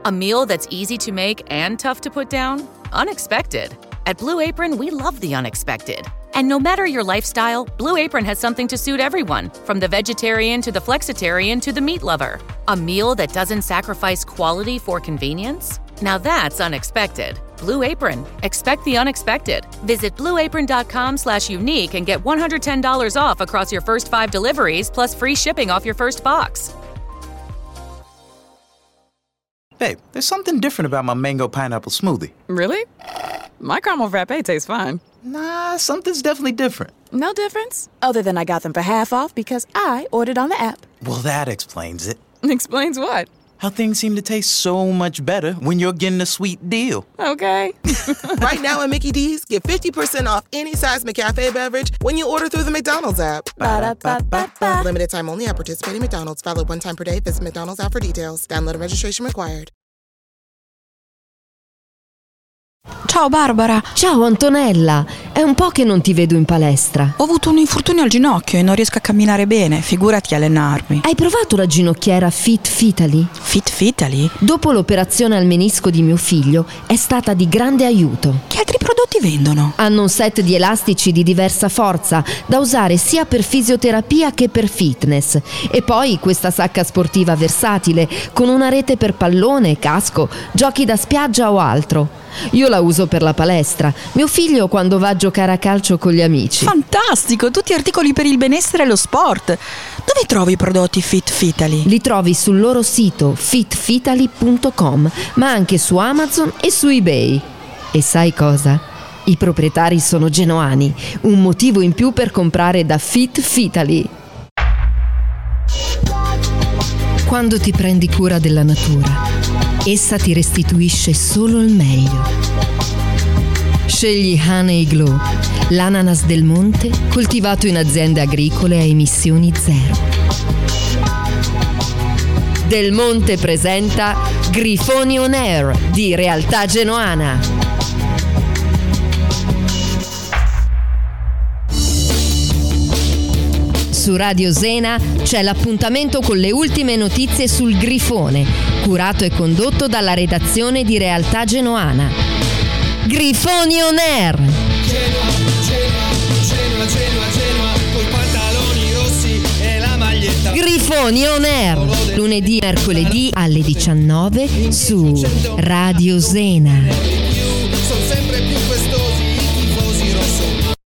A meal that's easy to make and tough to put down? Unexpected. At Blue Apron, we love the unexpected. And no matter your lifestyle, Blue Apron has something to suit everyone, from the vegetarian to the flexitarian to the meat lover. A meal that doesn't sacrifice quality for convenience? Now that's unexpected. Blue Apron. Expect the unexpected. Visit blueapron.com/unique and get $110 off across your first 5 deliveries plus free shipping off your first box. Hey, there's something different about my mango pineapple smoothie. Really? My caramel frappe tastes fine. Nah, something's definitely different. No difference? Other than I got them for half off because I ordered on the app. Well, that explains it. Explains what? How things seem to taste so much better when you're getting a sweet deal. Okay. Right now at Mickey D's, get 50% off any size McCafe beverage when you order through the McDonald's app. Ba-da-ba-ba-ba. Limited time only at participating McDonald's. Valid one time per day. Visit McDonald's app for details. Download and registration required. Ciao Barbara. Ciao Antonella, è un po' che non ti vedo in palestra. Ho avuto un infortunio al ginocchio e non riesco a camminare bene, figurati allenarmi. Hai provato la ginocchiera Fit Fitali? Fit Fitali? Dopo l'operazione al menisco di mio figlio è stata di grande aiuto. Che altri prodotti vendono? Hanno un set di elastici di diversa forza da usare sia per fisioterapia che per fitness. E poi questa sacca sportiva versatile con una rete per pallone, casco, giochi da spiaggia o altro. Io la uso per la palestra, mio figlio quando va a giocare a calcio con gli amici. Fantastico, tutti articoli per il benessere e lo sport. Dove trovi i prodotti Fit Fitali? Li trovi sul loro sito fitfitali.com, ma anche su Amazon e su eBay. E sai cosa? I proprietari sono genuani, un motivo in più per comprare da Fit Fitali. Quando ti prendi cura della natura, essa ti restituisce solo il meglio. Scegli Honey Glow, l'ananas del monte coltivato in aziende agricole a emissioni zero. Del Monte presenta Grifoni On Air di Realtà Genoana. Su Radio Zena c'è l'appuntamento con le ultime notizie sul Grifone, curato e condotto dalla redazione di Realtà Genoana. Grifoni On Air! Genoa, coi pantaloni rossi e la maglietta. Grifoni On Air, lunedì e mercoledì alle 19 su Radio Zena. Sono sempre più festosi i tifosi rosso.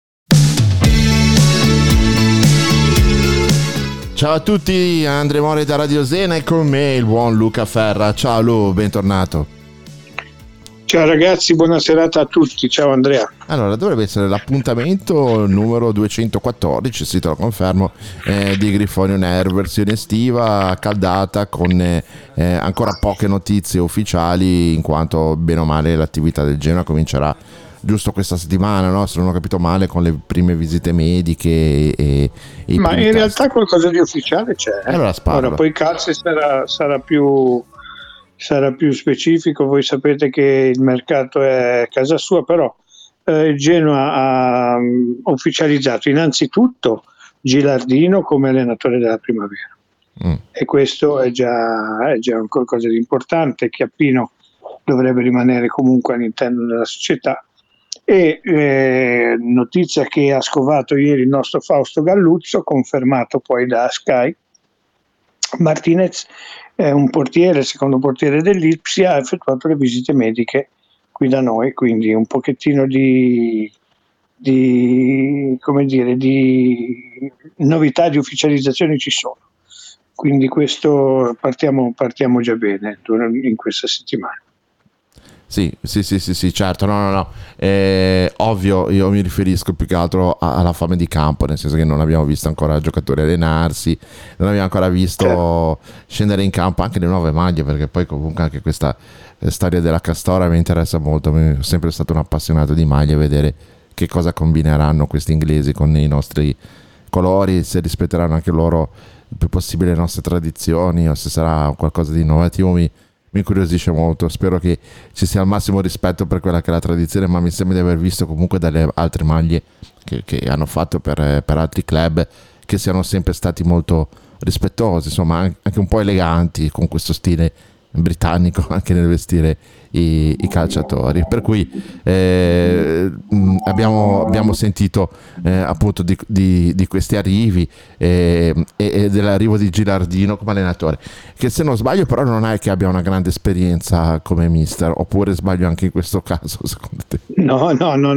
Ciao a tutti, Andre More da Radio Zena e con me il buon Luca Ferra. Ciao Lu, bentornato. Ciao ragazzi, buona serata a tutti, ciao Andrea. Allora, dovrebbe essere l'appuntamento numero 214, sì, te lo confermo, di Grifoni On Air, versione estiva, caldata, con ancora poche notizie ufficiali, in quanto bene o male l'attività del Genoa comincerà giusto questa settimana, no? Se non ho capito male, con le prime visite mediche e ma in realtà qualcosa di ufficiale c'è. Allora Ora poi Calze sarà più specifico. Voi sapete che il mercato è a casa sua, però il Genoa ha ufficializzato innanzitutto Gilardino come allenatore della primavera, e questo è già un qualcosa di importante. Chiappino dovrebbe rimanere comunque all'interno della società. E notizia che ha scovato ieri il nostro Fausto Galluzzo, confermato poi da Sky, Martinez è un portiere, il secondo portiere dell'Ipsia, ha effettuato le visite mediche qui da noi, quindi un pochettino di novità, di ufficializzazioni ci sono, quindi questo partiamo già bene in questa settimana. Sì, certo, no. Ovvio, io mi riferisco più che altro alla fame di campo, nel senso che non abbiamo visto ancora giocatori allenarsi, non abbiamo ancora visto scendere in campo anche le nuove maglie, perché poi comunque anche questa storia della Castora mi interessa molto. Mi sono sempre stato un appassionato di maglie, vedere che cosa combineranno questi inglesi con i nostri colori, se rispetteranno anche loro il più possibile le nostre tradizioni, o se sarà qualcosa di innovativo. Mi incuriosisce molto, spero che ci sia il massimo rispetto per quella che è la tradizione, ma mi sembra di aver visto comunque dalle altre maglie che hanno fatto per altri club, che siano sempre stati molto rispettosi, insomma anche un po' eleganti, con questo stile britannico anche nel vestire i calciatori, per cui abbiamo sentito appunto di questi arrivi e dell'arrivo di Gilardino come allenatore, che se non sbaglio però non è che abbia una grande esperienza come mister, oppure sbaglio anche in questo caso secondo te? No,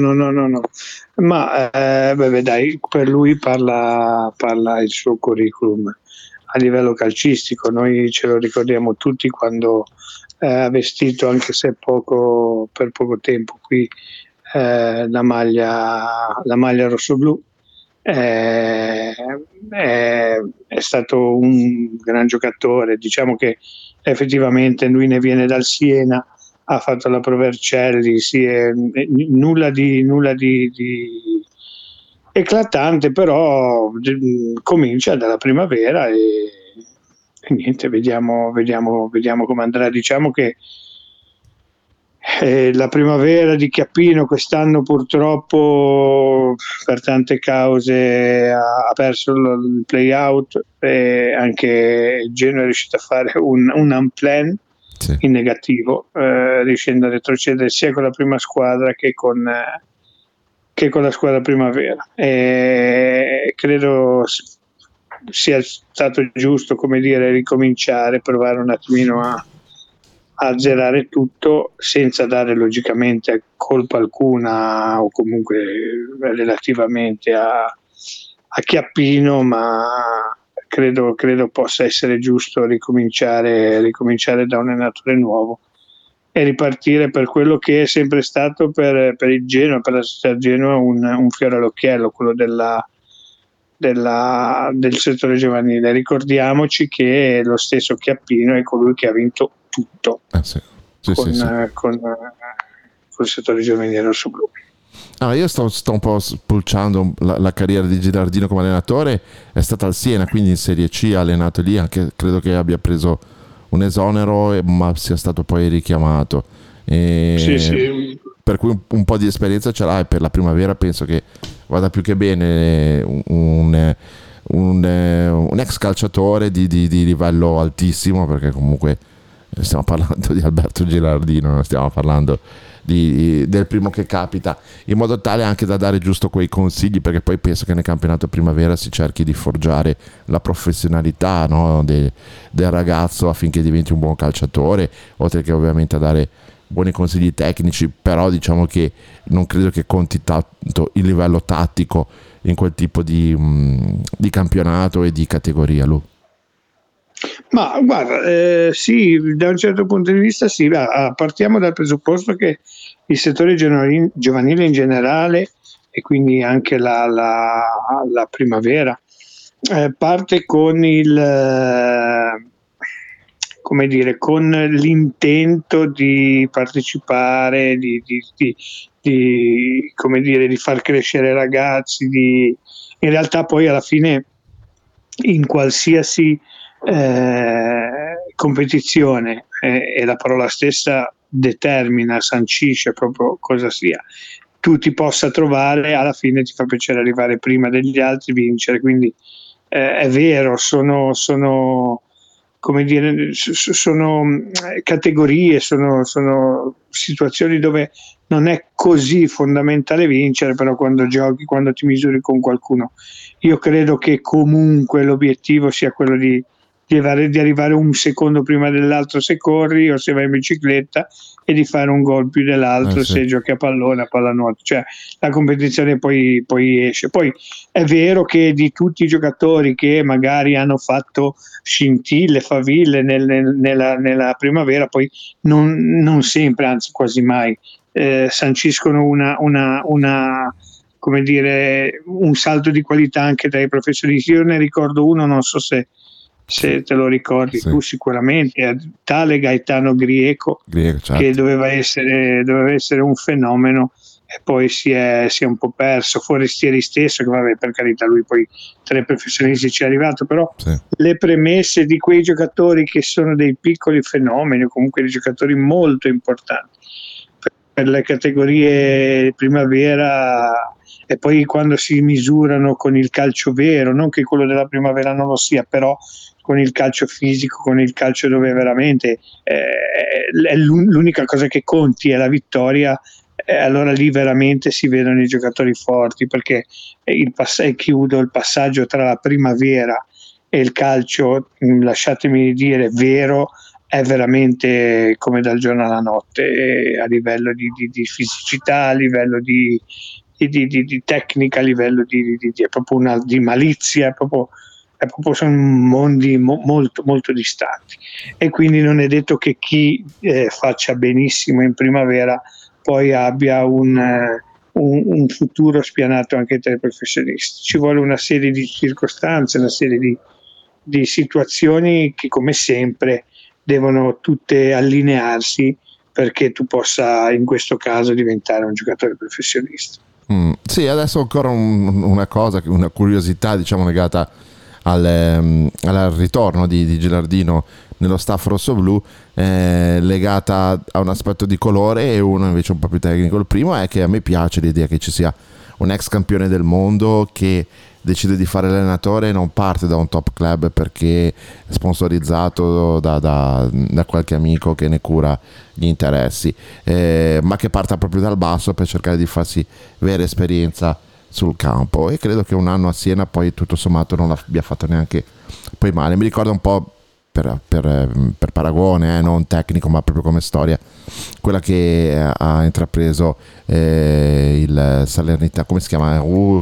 ma dai, per lui parla il suo curriculum a livello calcistico. Noi ce lo ricordiamo tutti quando ha vestito, anche se per poco tempo qui, la maglia rossoblù. È stato un gran giocatore, diciamo che effettivamente lui ne viene dal Siena, ha fatto la Provercelli, nulla di eclatante, però comincia dalla primavera e niente, vediamo come andrà. Diciamo che la primavera di Chiappino quest'anno purtroppo per tante cause ha perso il play out, e anche il Genoa è riuscito a fare un unplan in negativo, riuscendo a retrocedere sia con la prima squadra che con la squadra primavera, e credo sia stato giusto, come dire, ricominciare, provare un attimino a azzerare tutto, senza dare logicamente colpa alcuna o comunque relativamente a Chiappino, ma credo possa essere giusto ricominciare da un allenatore nuovo e ripartire per quello che è sempre stato per il Genoa, per la società Genoa, un fiore all'occhiello, quello del settore giovanile. Ricordiamoci che lo stesso Chiappino è colui che ha vinto tutto con il settore giovanile rossoblù. Io sto un po' spulciando la carriera di Gilardino come allenatore. È stata al Siena, quindi in Serie C, ha allenato lì, anche credo che abbia preso un esonero, ma sia stato poi richiamato, per cui un po' di esperienza ce l'ha, e per la primavera penso che vada più che bene un ex calciatore di livello altissimo, perché comunque stiamo parlando di Alberto Gilardino, non stiamo parlando del primo che capita, in modo tale anche da dare giusto quei consigli, perché poi penso che nel campionato primavera si cerchi di forgiare la professionalità, no, del ragazzo, affinché diventi un buon calciatore, oltre che ovviamente a dare buoni consigli tecnici. Però diciamo che non credo che conti tanto il livello tattico in quel tipo di campionato e di categoria, Lu. Ma guarda, sì, da un certo punto di vista sì. Partiamo dal presupposto che il settore giovanile in generale, e quindi anche la primavera, parte con con l'intento di partecipare, di far crescere i ragazzi, in realtà poi alla fine in qualsiasi competizione, e la parola stessa determina, sancisce proprio cosa sia, tu ti possa trovare, alla fine ti fa piacere arrivare prima degli altri, vincere. Quindi è vero, sono categorie, sono situazioni dove non è così fondamentale vincere, però quando giochi, quando ti misuri con qualcuno, io credo che comunque l'obiettivo sia quello di arrivare un secondo prima dell'altro se corri o se vai in bicicletta, e di fare un gol più dell'altro se giochi a pallone, a pallanuoto. Cioè la competizione poi esce. Poi è vero che di tutti i giocatori che magari hanno fatto scintille, faville nella primavera, poi non sempre, anzi quasi mai sanciscono un salto di qualità anche tra i professionisti. Io ne ricordo uno, non so se te lo ricordi, tu sicuramente, tale Gaetano Grieco, certo, che doveva essere un fenomeno, e poi si è un po' perso. Forestieri stesso, che vabbè, per carità, lui poi tra i professionisti ci è arrivato, però le premesse di quei giocatori che sono dei piccoli fenomeni, o comunque dei giocatori molto importanti per le categorie primavera, e poi quando si misurano con il calcio vero, non che quello della primavera non lo sia, però con il calcio fisico, con il calcio dove veramente l'unica cosa che conti è la vittoria, allora lì veramente si vedono i giocatori forti, perché chiudo il passaggio tra la primavera e il calcio, lasciatemi dire, vero, è veramente come dal giorno alla notte, a livello di fisicità, a livello di tecnica, a livello è proprio di malizia, è proprio sono mondi molto molto distanti, e quindi non è detto che chi faccia benissimo in primavera poi abbia un futuro spianato anche tra i professionisti. Ci vuole una serie di circostanze, una serie di situazioni che, come sempre, devono tutte allinearsi perché tu possa in questo caso diventare un giocatore professionista. Sì, adesso ancora una cosa, una curiosità, diciamo, legata al ritorno di Gilardino nello staff rossoblu, legata a un aspetto di colore e uno invece un po' più tecnico. Il primo è che a me piace l'idea che ci sia un ex campione del mondo che decide di fare l'allenatore e non parte da un top club perché è sponsorizzato da qualche amico che ne cura gli interessi, ma che parta proprio dal basso per cercare di farsi vera esperienza sul campo, e credo che un anno a Siena poi tutto sommato non l'abbia fatto neanche poi male. Mi ricorda un po', per paragone, non tecnico ma proprio come storia, quella che ha intrapreso il Salernitana, come si chiama?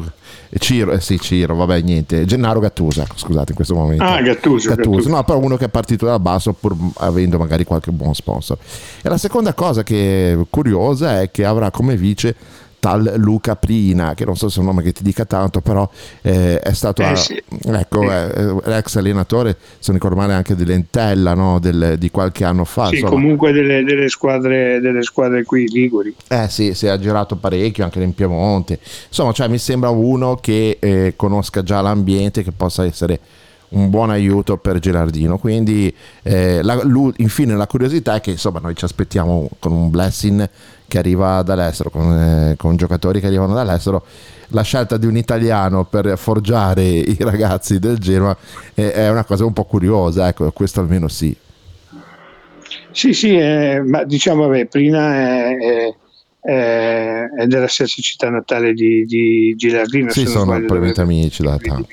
Ciro, vabbè, niente, Gennaro Gattuso, scusate, in questo momento. Gattuso. No, però uno che è partito da basso pur avendo magari qualche buon sponsor. E la seconda cosa che è curiosa è che avrà come vice tal Luca Prina, che non so se è un nome che ti dica tanto, però è stato ex allenatore, se non ricordo male, anche dell'Entella, no? di qualche anno fa. Sì, insomma. Comunque delle squadre qui liguri. Sì, si è girato parecchio anche in Piemonte, insomma, cioè mi sembra uno che conosca già l'ambiente, che possa essere un buon aiuto per Gilardino. Quindi infine la curiosità è che, insomma, noi ci aspettiamo con un Blessing che arriva dall'estero, con giocatori che arrivano dall'estero, la scelta di un italiano per forgiare i ragazzi del Genoa è una cosa un po' curiosa, ecco, questo almeno sì. Sì, ma diciamo, Prina è della stessa città natale di Gilardino. Sì, sono probabilmente amici da tanto.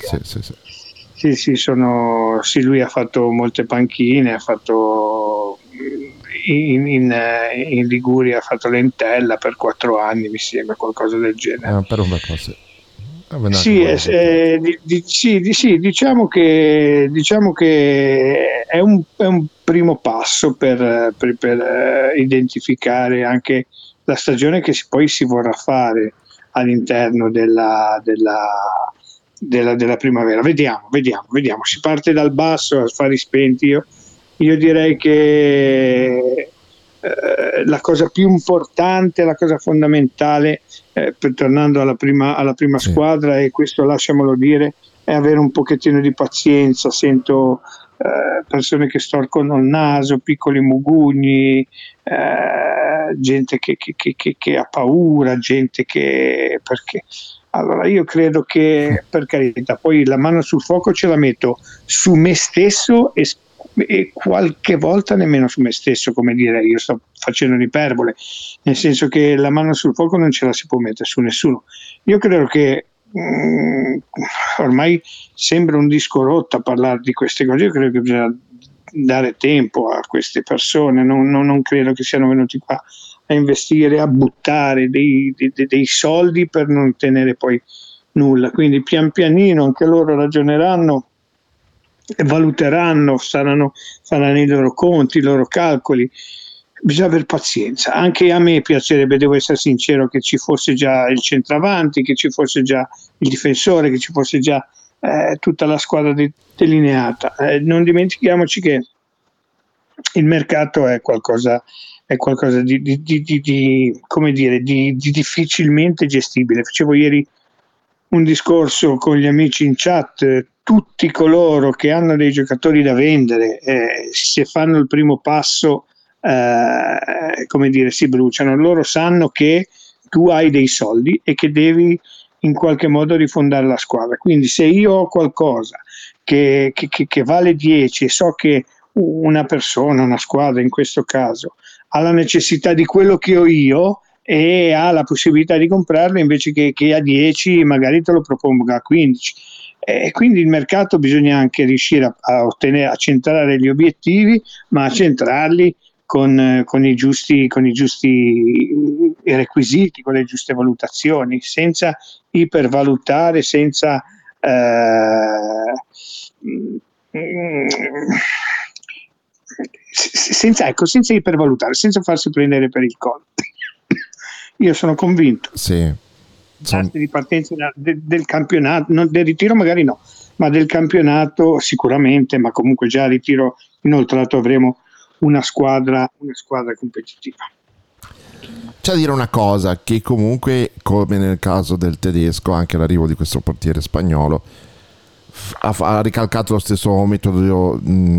Sì, lui ha fatto molte panchine, ha fatto in Liguria, ha fatto l'Entella per 4 anni, mi sembra, qualcosa del genere. Per un bel po', sì. Diciamo che è un primo passo per identificare anche la stagione che poi si vorrà fare all'interno della primavera. Vediamo, si parte dal basso a fari spenti. Io direi che la cosa più importante, la cosa fondamentale, tornando alla prima squadra, e questo lasciamolo dire, è avere un pochettino di pazienza. Sento persone che storcono il naso, piccoli mugugni, gente che ha paura, gente che... perché... Allora, io credo che, per carità, poi la mano sul fuoco ce la metto su me stesso e qualche volta nemmeno su me stesso, come dire, io sto facendo un'iperbole, nel senso che la mano sul fuoco non ce la si può mettere su nessuno. Io credo che ormai sembra un disco rotto a parlare di queste cose. Io credo che bisogna dare tempo a queste persone, non credo che siano venuti qua a investire, a buttare dei soldi per non ottenere poi nulla. Quindi pian pianino anche loro ragioneranno e valuteranno, faranno i loro conti, i loro calcoli. Bisogna avere pazienza. Anche a me piacerebbe, devo essere sincero, che ci fosse già il centravanti, che ci fosse già il difensore, che ci fosse già tutta la squadra delineata. Non dimentichiamoci che il mercato è qualcosa di come dire, di difficilmente gestibile. Facevo ieri un discorso con gli amici in chat. Tutti coloro che hanno dei giocatori da vendere, se fanno il primo passo, come dire, si bruciano. Loro sanno che tu hai dei soldi e che devi in qualche modo rifondare la squadra. Quindi se io ho qualcosa che vale 10 e so che una persona, una squadra in questo caso, ha la necessità di quello che ho io e ha la possibilità di comprarlo, invece che a 10 magari te lo propongo a 15. E quindi il mercato bisogna anche riuscire a centrare gli obiettivi, ma a centrarli con i giusti requisiti, con le giuste valutazioni, senza ipervalutare, senza ipervalutare, senza farsi prendere per il collo. Io sono convinto. Sì. Di partenza del campionato, del ritiro magari no, ma del campionato sicuramente, ma comunque già a ritiro inoltrato avremo una squadra competitiva. C'è da dire una cosa, che comunque, come nel caso del tedesco, anche l'arrivo di questo portiere spagnolo ha ricalcato lo stesso metodo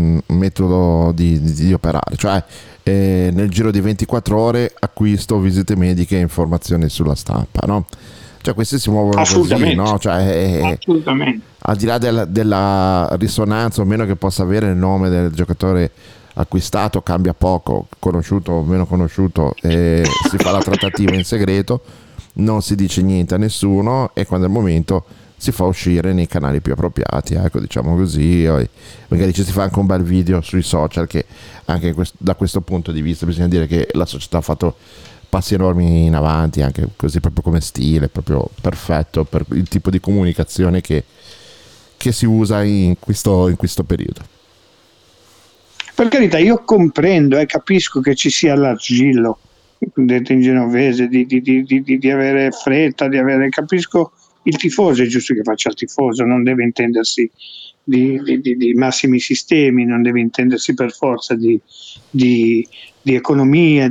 di operare, cioè nel giro di 24 ore acquisto, visite mediche e informazioni sulla stampa, no? Cioè questi si muovono così, no? Cioè, assolutamente. Al di là della risonanza o meno che possa avere il nome del giocatore acquistato, cambia poco, conosciuto o meno conosciuto, si fa la trattativa in segreto, non si dice niente a nessuno e quando è il momento si fa uscire nei canali più appropriati, ecco, diciamo così, magari ci si fa anche un bel video sui social, che anche da questo punto di vista bisogna dire che la società ha fatto passi enormi in avanti, anche così proprio come stile, proprio perfetto per il tipo di comunicazione che si usa in questo periodo. Per carità, io comprendo e capisco che ci sia l'argillo, detto in genovese, di avere fretta, capisco il tifoso, è giusto che faccia il tifoso, non deve intendersi di massimi sistemi, non deve intendersi per forza di economia,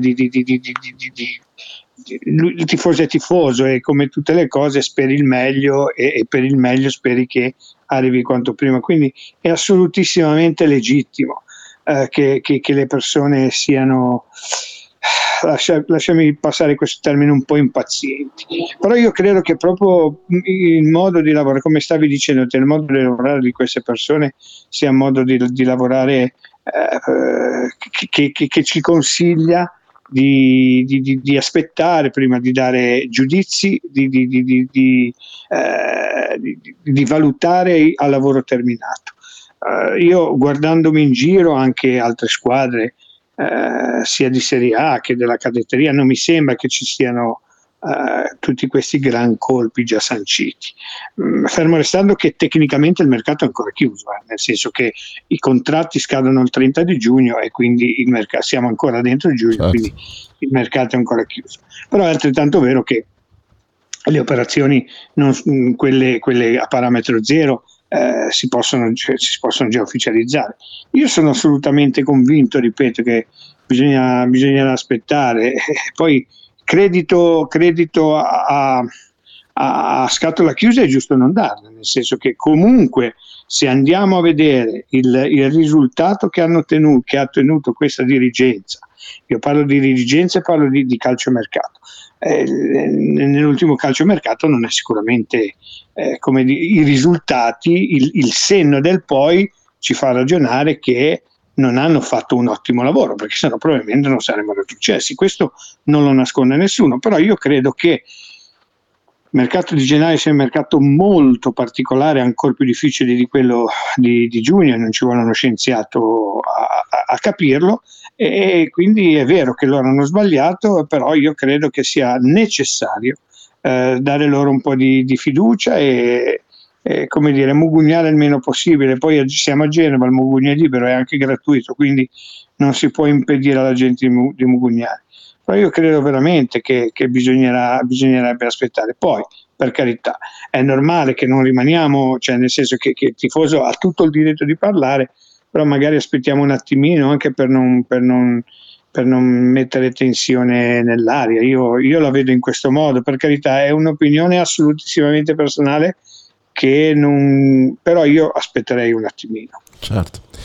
il tifoso è tifoso e come tutte le cose speri il meglio e per il meglio speri che arrivi quanto prima, quindi è assolutissimamente legittimo che le persone siano, lasciami passare questo termine, un po' impazienti, però io credo che proprio il modo di lavorare, come stavi dicendo te, il modo di lavorare di queste persone sia un modo di lavorare che ci consiglia di aspettare prima di dare giudizi, di valutare al lavoro terminato. Io, guardandomi in giro anche altre squadre, sia di Serie A che della cadetteria, non mi sembra che ci siano tutti questi gran colpi già sanciti, fermo restando che tecnicamente il mercato è ancora chiuso, nel senso che i contratti scadono il 30 di giugno e quindi siamo ancora dentro giugno, certo. Quindi il mercato è ancora chiuso, però è altrettanto vero che le operazioni quelle a parametro zero si possono già ufficializzare. Io sono assolutamente convinto, ripeto, che bisogna aspettare, poi credito a scatola chiusa è giusto non darlo, nel senso che comunque se andiamo a vedere il risultato che ha tenuto questa dirigenza, io parlo di dirigenza e parlo di calciomercato, nell'ultimo calciomercato non è sicuramente i risultati, il senno del poi ci fa ragionare che non hanno fatto un ottimo lavoro, perché sennò probabilmente non sarebbero successi. Questo non lo nasconde nessuno, però io credo che il mercato di gennaio sia un mercato molto particolare, ancora più difficile di quello di giugno, non ci vuole uno scienziato a capirlo, e quindi è vero che loro hanno sbagliato, però io credo che sia necessario dare loro un po' di fiducia e come dire, mugugnare il meno possibile. Poi siamo a Genova, il mugugno è libero, è anche gratuito, quindi non si può impedire alla gente di mugugnare. Però io credo veramente che bisognerebbe aspettare. Poi, per carità, è normale che non rimaniamo, cioè nel senso che il tifoso ha tutto il diritto di parlare, però magari aspettiamo un attimino anche per non mettere tensione nell'aria. Io la vedo in questo modo, per carità, è un'opinione assolutissimamente personale, però io aspetterei un attimino. Certo.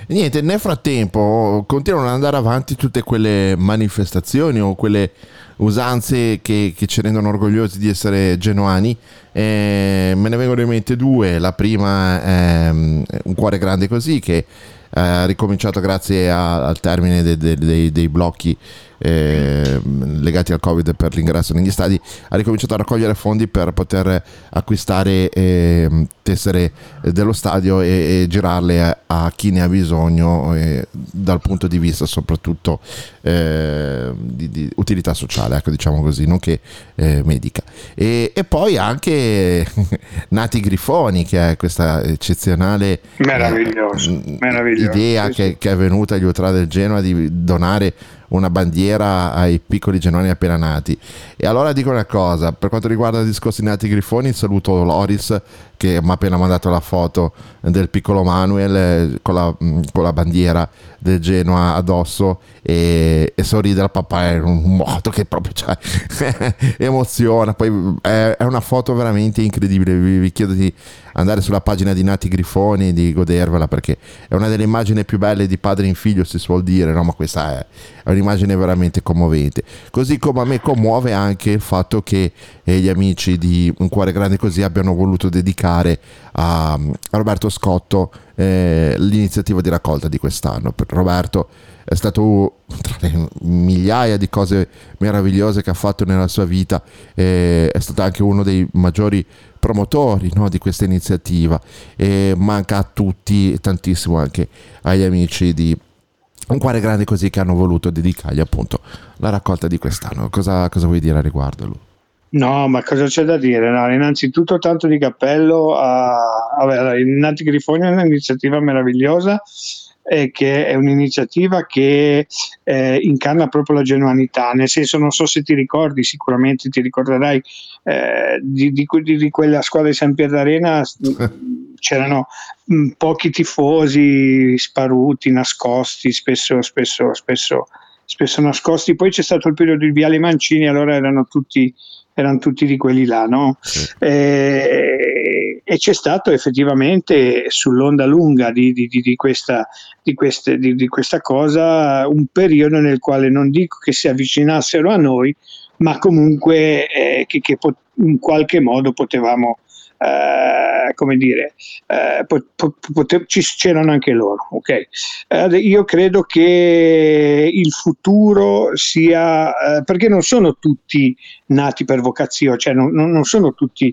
Niente, nel frattempo continuano ad andare avanti tutte quelle manifestazioni o quelle usanze che ci rendono orgogliosi di essere genoani. Me ne vengono in mente due. La prima è Un cuore grande così, che ha ricominciato grazie al termine dei blocchi legati al Covid per l'ingresso negli stadi. Ha ricominciato a raccogliere fondi per poter acquistare tessere dello stadio e girarle a chi ne ha bisogno, dal punto di vista soprattutto di utilità sociale, ecco, diciamo così, nonché medica. E poi anche Nati Grifoni, che è questa eccezionale idea che è venuta agli ultra del Genoa di donare una bandiera ai piccoli genuani appena nati. E allora dico una cosa, per quanto riguarda il discorso di Nati Grifoni, saluto Loris che mi ha appena mandato la foto del piccolo Manuel con la bandiera del Genoa addosso e sorride al papà in un modo che proprio emoziona. Poi è una foto veramente incredibile. Vi chiedo di andare sulla pagina di Nati Grifoni, di godervela, perché è una delle immagini più belle di padre in figlio, si suol dire, no? Ma questa è un'immagine veramente commovente. Così come a me commuove anche il fatto che gli amici di Un cuore grande così abbiano voluto dedicare a Roberto Scotto l'iniziativa di raccolta di quest'anno. Per Roberto è stato tra le migliaia di cose meravigliose che ha fatto nella sua vita, è stato anche uno dei maggiori promotori, no, di questa iniziativa, e manca a tutti, tantissimo anche agli amici di Un cuore grande così, che hanno voluto dedicargli appunto la raccolta di quest'anno. Cosa vuoi dire a riguardo, Lu? No, ma cosa c'è da dire? No, innanzitutto tanto di cappello a Nati Grifoni. È un'iniziativa meravigliosa, che è un'iniziativa che incarna proprio la genuanità, nel senso, non so se ti ricordi, sicuramente ti ricorderai di quella squadra di San Pierdarena. C'erano pochi tifosi sparuti, nascosti, spesso nascosti. Poi c'è stato il periodo di Viale Mancini, allora erano tutti di quelli là, no? Sì. E c'è stato effettivamente, sull'onda lunga di questa cosa, un periodo nel quale, non dico che si avvicinassero a noi, ma comunque che in qualche modo potevamo, c'erano anche loro, ok? Io credo che il futuro sia, perché non sono tutti nati per vocazione, cioè non sono tutti.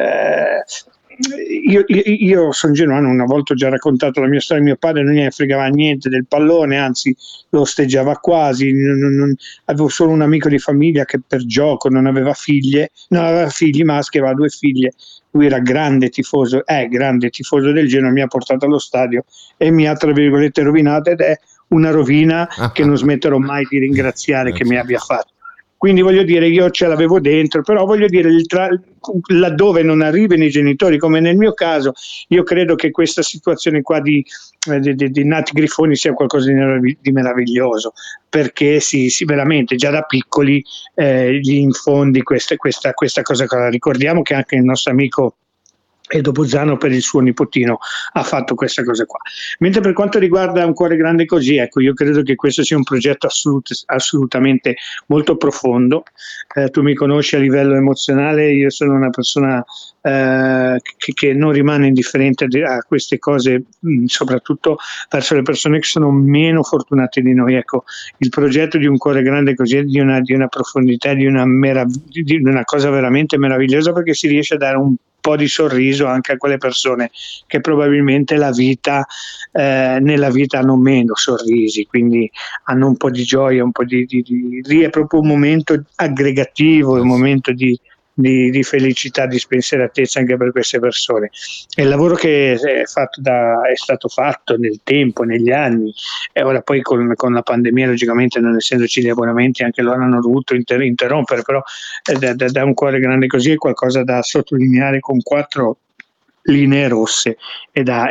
Io sono genuano, una volta ho già raccontato la mia storia. Mio padre non ne fregava niente del pallone, anzi lo osteggiava quasi. Avevo solo un amico di famiglia che per gioco non aveva figli maschi, aveva 2 figlie. Lui era grande tifoso del Genoa, mi ha portato allo stadio e mi ha, tra virgolette, rovinato, ed è una rovina che non smetterò mai di ringraziare che mi abbia fatto. Quindi voglio dire, io ce l'avevo dentro, però voglio dire, laddove non arrivano i genitori, come nel mio caso, io credo che questa situazione qua di Nati Grifoni sia qualcosa di meraviglioso, perché si veramente già da piccoli gli infondi questa cosa qua. Ricordiamo che anche il nostro amico Edo Bozzano, per il suo nipotino, ha fatto questa cosa qua. Mentre per quanto riguarda Un cuore grande così, ecco, io credo che questo sia un progetto assolutamente molto profondo. Tu mi conosci a livello emozionale, io sono una persona che non rimane indifferente a queste cose, soprattutto verso le persone che sono meno fortunate di noi. Ecco, il progetto di Un cuore grande così è di una profondità, di una cosa veramente meravigliosa, perché si riesce a dare un po' di sorriso anche a quelle persone che probabilmente nella vita hanno meno sorrisi, quindi hanno un po' di gioia, un po' lì è proprio un momento aggregativo, un momento di felicità, di spensieratezza anche per queste persone. E il lavoro che è stato fatto nel tempo, negli anni, e ora poi con la pandemia, logicamente, non essendoci gli abbonamenti, anche loro hanno dovuto interrompere, però da Un cuore grande così è qualcosa da sottolineare con 4 linee rosse e da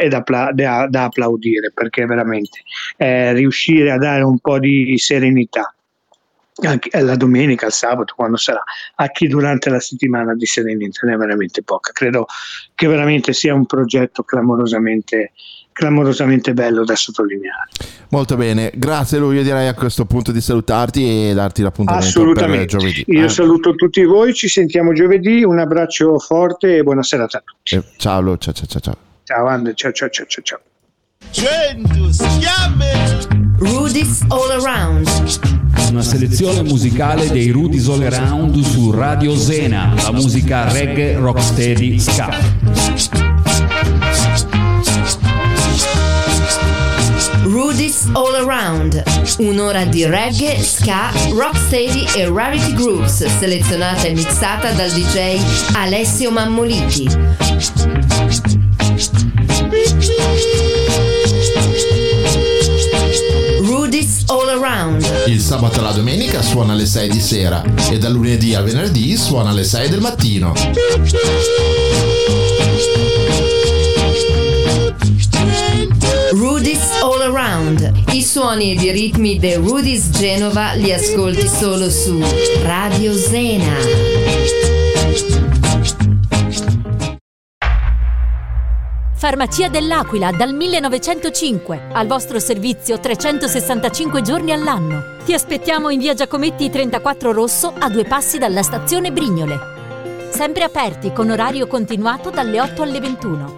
applaudire, perché veramente riuscire a dare un po' di serenità anche la domenica, il sabato, quando sarà, a chi durante la settimana di Serenity ne è veramente poca. Credo che veramente sia un progetto clamorosamente bello da sottolineare. Molto bene, grazie Lu, io direi a questo punto di salutarti e darti l'appuntamento per giovedì. Io saluto tutti voi, ci sentiamo giovedì, un abbraccio forte e buona serata a tutti. Ciao Lu, ciao. Ciao Andre, ciao. Rudy's All Around. Una selezione musicale dei Rudy's All Around su Radio Zena, la musica reggae, rocksteady, ska. Rudy's All Around, un'ora di reggae, ska, rocksteady e rarity grooves, selezionata e mixata dal DJ Alessio Mammoliti. Rudy's All Around. Il sabato e la domenica suona alle 6 di sera e dal lunedì al venerdì suona alle 6 del mattino. Rudy's All Around. I suoni ed i ritmi dei Rudy's Genova li ascolti solo su Radio Zena. Farmacia dell'Aquila dal 1905, al vostro servizio 365 giorni all'anno. Ti aspettiamo in via Giacometti 34 Rosso, a 2 passi dalla stazione Brignole. Sempre aperti con orario continuato dalle 8 alle 21.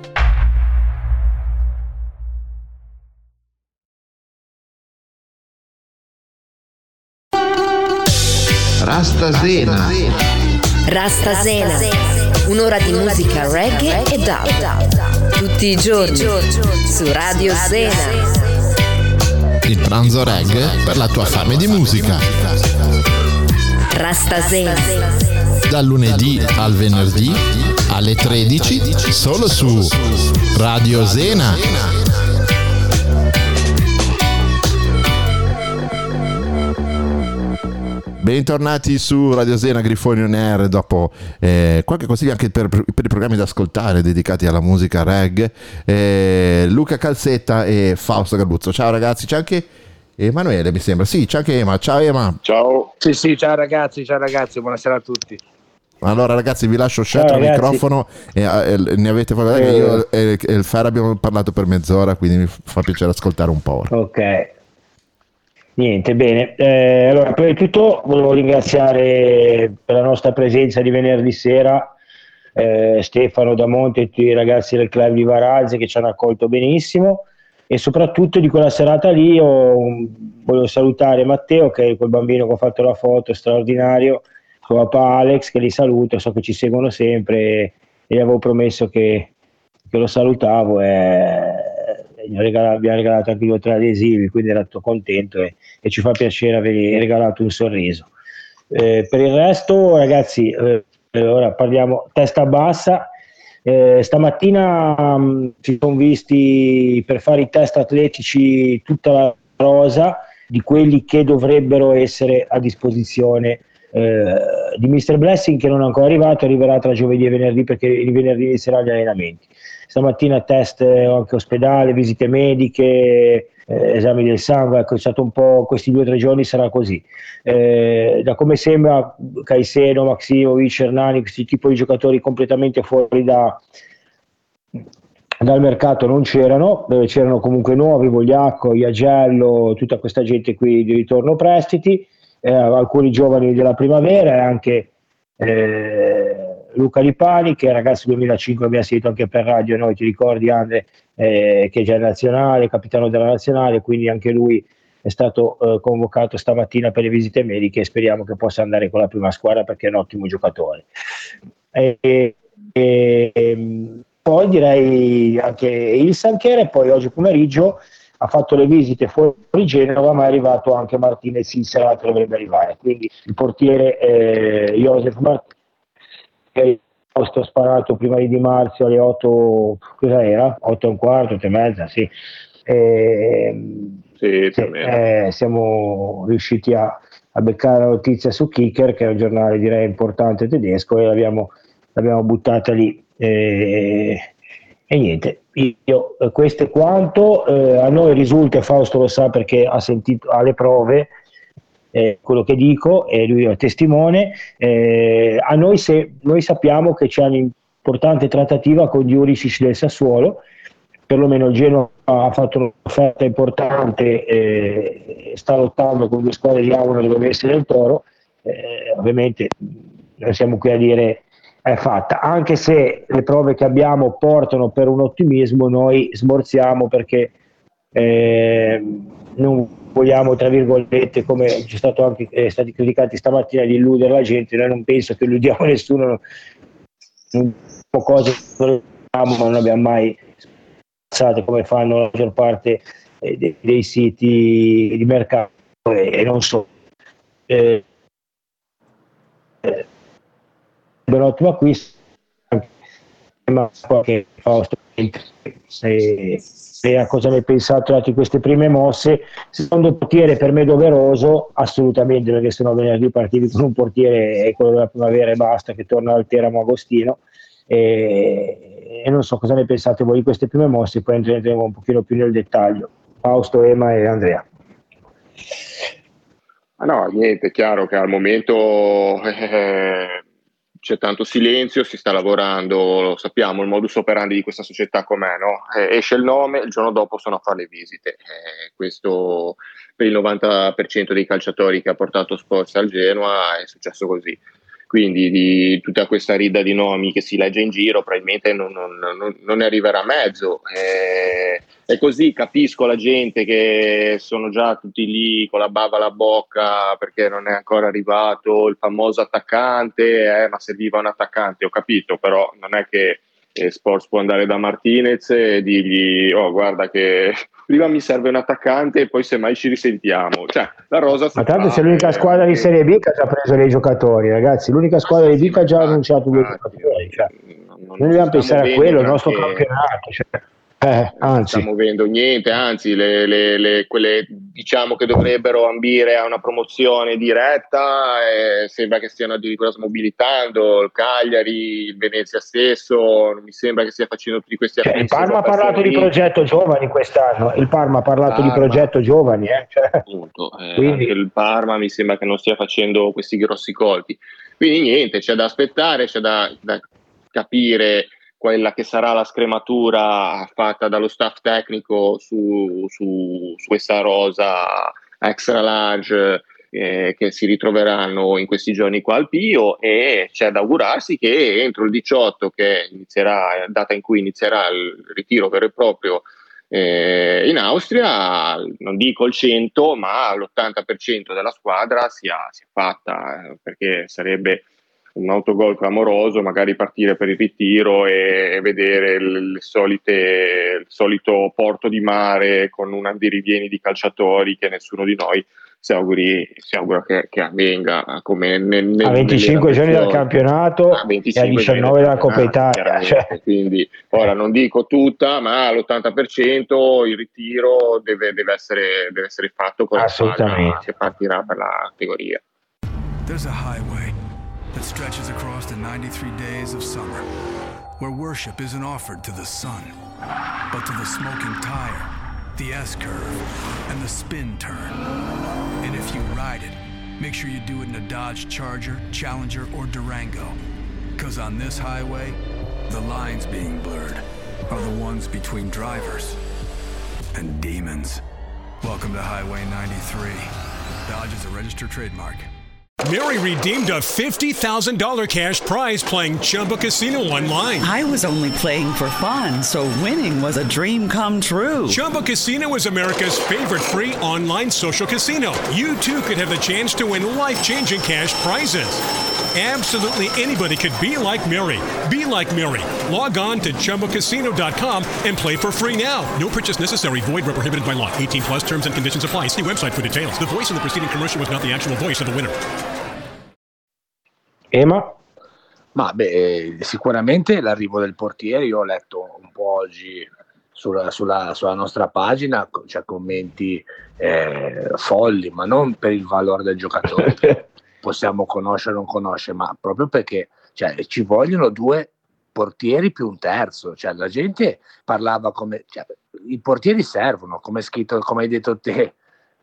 Rastasena. Rastasena, un'ora di musica reggae e dub. Tutti i giorni su Radio Zena. Il pranzo reggae per la tua fame di musica. Rastasena. Dal lunedì al venerdì alle 13 solo su Radio Zena. Bentornati su Radio Zena, Grifoni On Air, dopo qualche consiglio anche per i programmi da ascoltare dedicati alla musica reggae. Luca Calzetta e Fausto Garbuzzo. Ciao ragazzi, c'è anche Emanuele mi sembra, sì c'è anche Ema. Ciao Ema. Ciao. Sì, ciao ragazzi, buonasera a tutti. Allora ragazzi, vi lascio scelto il microfono e ne avete parlato che io e il Fer abbiamo parlato per mezz'ora, quindi mi fa piacere ascoltare un po' ora. Ok. Niente, bene. Allora, prima di tutto volevo ringraziare per la nostra presenza di venerdì sera Stefano Damonte e tutti i ragazzi del club di Varazze che ci hanno accolto benissimo, e soprattutto di quella serata lì volevo salutare Matteo, che è quel bambino che ho fatto la foto, straordinario, suo papà Alex, che li saluto, so che ci seguono sempre e gli avevo promesso che lo salutavo mi ha regalato anche 2 o 3 adesivi, quindi ero tutto contento e ci fa piacere avergli regalato un sorriso. Per il resto ragazzi, ora parliamo testa bassa. Stamattina si sono visti per fare i test atletici tutta la rosa di quelli che dovrebbero essere a disposizione di Mr. Blessing, che non è ancora arrivato, arriverà tra giovedì e venerdì, perché il venerdì inizieranno gli allenamenti. Stamattina test anche ospedale, visite mediche, esami del sangue, ecco, è stato un po', questi 2 o 3 giorni sarà così. Da come sembra Caicedo, Maximovic, Hernani, questi tipi di giocatori completamente fuori dal mercato non c'erano, c'erano comunque nuovi, Vogliacco, Iagello, tutta questa gente qui di ritorno prestiti, alcuni giovani della primavera e anche Luca Lipani, che è ragazzo 2005, abbiamo sentito anche per radio noi, ti ricordi Andre, che è già nazionale, capitano della nazionale, quindi anche lui è stato convocato stamattina per le visite mediche e speriamo che possa andare con la prima squadra perché è un ottimo giocatore. Poi direi anche il Sanchera, e poi oggi pomeriggio ha fatto le visite fuori Genova, ma è arrivato anche Martinez in serata, dovrebbe arrivare, quindi il portiere Josef Martinez, che ho sparato prima di Marzio alle 8, cosa era? 8 e un quarto, 8 e mezza, sì. Siamo riusciti a beccare la notizia su Kicker, che è un giornale direi importante tedesco, e l'abbiamo buttata lì. E niente, questo è quanto. A noi risulta, Fausto lo sa perché ha sentito alle prove, quello che dico, e lui è testimone. A noi sappiamo che c'è un'importante trattativa con Juricic del Sassuolo, perlomeno il Genoa ha fatto un'offerta importante, sta lottando con 2 squadre di A1 dove essere il Toro. Ovviamente non siamo qui a dire è fatta, anche se le prove che abbiamo portano per un ottimismo, noi smorziamo perché non vogliamo, tra virgolette, come ci stato anche stati criticati stamattina, di illudere la gente. Noi non penso che illudiamo nessuno, non cose che ma non abbiamo mai pensate come fanno la maggior parte dei siti di mercato e non so. Un ottimo acquisto, ma qualche Fausto, a cosa ne hai pensato di queste prime mosse? Secondo portiere per me doveroso, assolutamente, perché sennò venerdì partivi con un portiere e quello della Primavera e basta, che torna al Teramo Agostino, e non so cosa ne pensate voi di queste prime mosse, poi entreremo un pochino più nel dettaglio. Fausto, Ema e Andrea. No, niente, è chiaro che al momento c'è tanto silenzio, si sta lavorando, lo sappiamo, il modus operandi di questa società com'è, no? Esce il nome, il giorno dopo sono a fare le visite. Questo per il 90% dei calciatori che ha portato Sforza al Genoa è successo così. Quindi di tutta questa rida di nomi che si legge in giro probabilmente non ne arriverà a mezzo. E così capisco la gente che sono già tutti lì con la bava alla bocca perché non è ancora arrivato il famoso attaccante, ma serviva un attaccante, ho capito, però non è che Sports può andare da Martinez e dirgli guarda che prima mi serve un attaccante e poi semmai ci risentiamo, cioè la rosa. Ma tanto c'è l'unica squadra di Serie B che ha già preso dei giocatori, ragazzi, l'unica squadra di B che ha già annunciato 2 giocatori, cioè, noi dobbiamo pensare a quello, il nostro campionato, cioè. Non stiamo muovendo niente, anzi quelle diciamo che dovrebbero ambire a una promozione diretta sembra che stiano addirittura smobilitando il Cagliari, il Venezia stesso, non mi sembra che stia facendo tutti questi acquisti. Il Parma ha parlato di progetto giovani quest'anno, il Parma ha parlato di progetto giovani, cioè. Appunto, quindi anche il Parma mi sembra che non stia facendo questi grossi colpi, quindi niente, c'è da aspettare, c'è da capire quella che sarà la scrematura fatta dallo staff tecnico su questa rosa extra large che si ritroveranno in questi giorni qua al Pio, e c'è da augurarsi che entro il 18, che inizierà, data in cui inizierà il ritiro vero e proprio in Austria, non dico il 100 ma l'80% della squadra sia fatta, perché sarebbe un autogol clamoroso magari partire per il ritiro e vedere il solito porto di mare con un andirivieni di calciatori che nessuno di noi si augura che avvenga, come a 25 giorni dal campionato e a 19 dalla Coppa Italia, cioè. Quindi ora non dico tutta, ma all'80% il ritiro deve essere fatto con la squadra che partirà per la categoria. There's a highway that stretches across the 93 days of summer, where worship isn't offered to the sun, but to the smoking tire, the S-curve, and the spin turn. And if you ride it, make sure you do it in a Dodge Charger, Challenger, or Durango. 'Cause on this highway, the lines being blurred are the ones between drivers and demons. Welcome to Highway 93. Dodge is a registered trademark. Mary redeemed a $50,000 cash prize playing Chumba Casino online. I was only playing for fun, so winning was a dream come true. Chumba Casino is America's favorite free online social casino. You too could have the chance to win life-changing cash prizes. Absolutely anybody could be like Mary. Be like Mary. Log on to ChumbaCasino.com and play for free now. No purchase necessary. Void where prohibited by law. 18 plus terms and conditions apply. See website for details. The voice in the preceding commercial was not the actual voice of the winner. Ema? Ma sicuramente l'arrivo del portiere, io ho letto un po' oggi sulla nostra pagina, cioè commenti folli, ma non per il valore del giocatore che possiamo conoscere o non conoscere, ma proprio perché ci vogliono 2 portieri più un terzo, cioè la gente parlava come i portieri servono, come hai scritto, come hai detto te,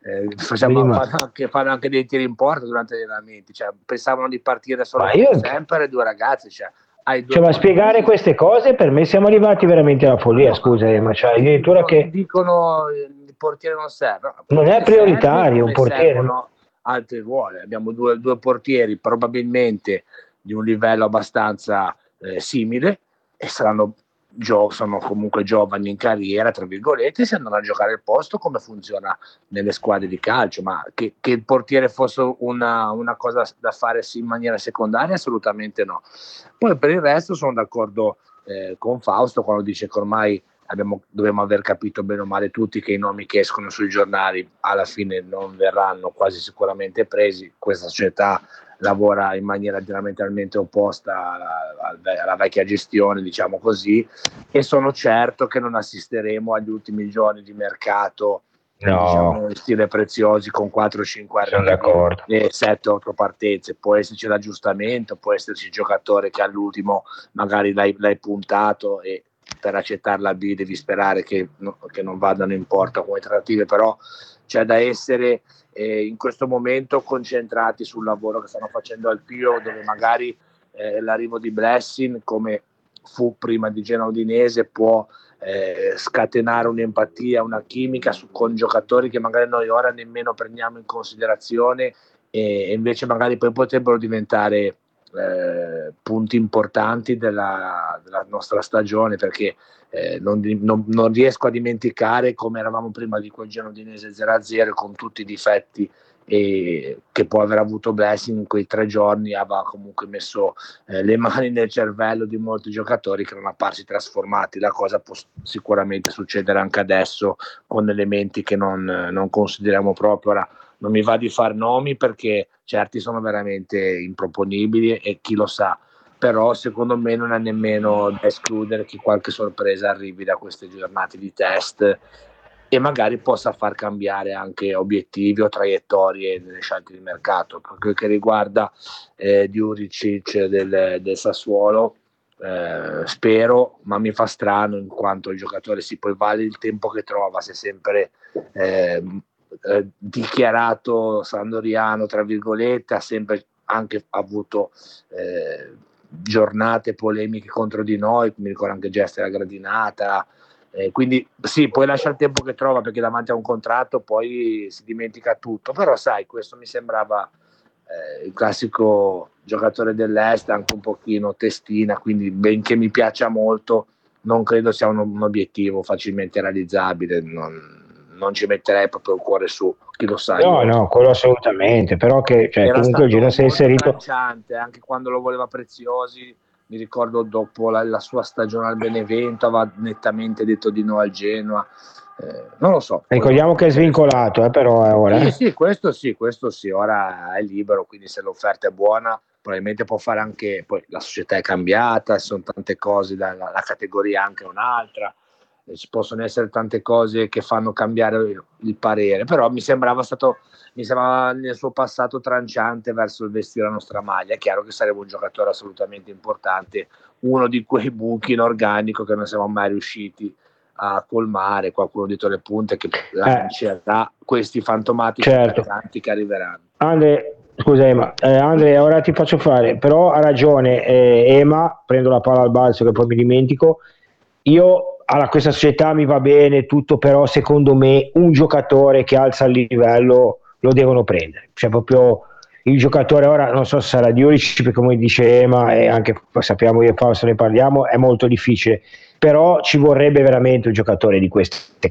fanno anche dei tiri in porta durante gli allenamenti, cioè, pensavano di partire solo sempre 2 ragazzi, ma spiegare queste cose, per me siamo arrivati veramente alla follia, scusa, ma addirittura che dicono il portiere non serve, non è prioritario un portiere, altri ruoli, abbiamo due portieri probabilmente di un livello abbastanza simile e sono comunque giovani in carriera, tra virgolette, si andranno a giocare il posto come funziona nelle squadre di calcio, ma che il portiere fosse una cosa da fare in maniera secondaria, assolutamente no. Poi per il resto sono d'accordo con Fausto quando dice che ormai dobbiamo aver capito bene o male tutti che i nomi che escono sui giornali alla fine non verranno quasi sicuramente presi. Questa società lavora in maniera diametralmente opposta alla vecchia gestione, diciamo così, e sono certo che non assisteremo agli ultimi giorni di mercato, diciamo, in stile Preziosi con 4-5 arrivi e 7-8 partenze. Può esserci l'aggiustamento, può esserci il giocatore che all'ultimo magari l'hai puntato e per accettar la B devi sperare che non vadano in porta come trattative, però c'è da essere in questo momento concentrati sul lavoro che stanno facendo al Pio, dove magari l'arrivo di Blessing, come fu prima di Genoa Udinese, può scatenare un'empatia, una chimica con giocatori che magari noi ora nemmeno prendiamo in considerazione e invece magari poi potrebbero diventare punti importanti della nostra stagione, perché non riesco a dimenticare come eravamo prima di quel Genoa Udinese 0-0 con tutti i difetti che può aver avuto Blessing in quei 3 giorni. Aveva comunque messo le mani nel cervello di molti giocatori che erano apparsi trasformati. La cosa può sicuramente succedere anche adesso con elementi che non consideriamo proprio. Ora non mi va di far nomi perché certi sono veramente improponibili e chi lo sa, però secondo me non è nemmeno da escludere che qualche sorpresa arrivi da queste giornate di test e magari possa far cambiare anche obiettivi o traiettorie nelle scelte di mercato. Per quel che riguarda Djuricic del Sassuolo, spero, ma mi fa strano in quanto il giocatore poi vale il tempo che trova, si è sempre dichiarato sandoriano tra virgolette, ha sempre anche avuto giornate polemiche contro di noi, mi ricordo anche gesti alla gradinata, quindi sì, poi lascia il tempo che trova perché davanti a un contratto poi si dimentica tutto, però sai, questo mi sembrava il classico giocatore dell'Est, anche un pochino testina, quindi benché mi piaccia molto non credo sia un obiettivo facilmente realizzabile, non ci metterei proprio il cuore su, chi lo sa. No, quello assolutamente, però che comunque il Genoa si è inserito anche quando lo voleva Preziosi, mi ricordo dopo la sua stagione al Benevento aveva nettamente detto di no al Genoa, non lo so. Ricordiamo che è svincolato, però ora. Sì, questo sì, ora è libero, quindi se l'offerta è buona probabilmente può fare anche, poi la società è cambiata, ci sono tante cose, la categoria anche un'altra, ci possono essere tante cose che fanno cambiare il parere, però mi sembrava nel suo passato tranciante verso il vestire la nostra maglia. È chiaro che sarebbe un giocatore assolutamente importante, uno di quei buchi in organico che non siamo mai riusciti a colmare, qualcuno dietro le punte che lancerà questi fantomatici attaccanti che arriveranno. Andre, scusa Ema, Andre, ora ti faccio fare, però ha ragione Ema, prendo la palla al balzo che poi mi dimentico. Questa società mi va bene tutto, però secondo me un giocatore che alza il livello lo devono prendere, cioè proprio il giocatore, ora non so se sarà Djuricic, perché come dice Ema e anche sappiamo io e Fausto ne parliamo, è molto difficile, però ci vorrebbe veramente un giocatore di questa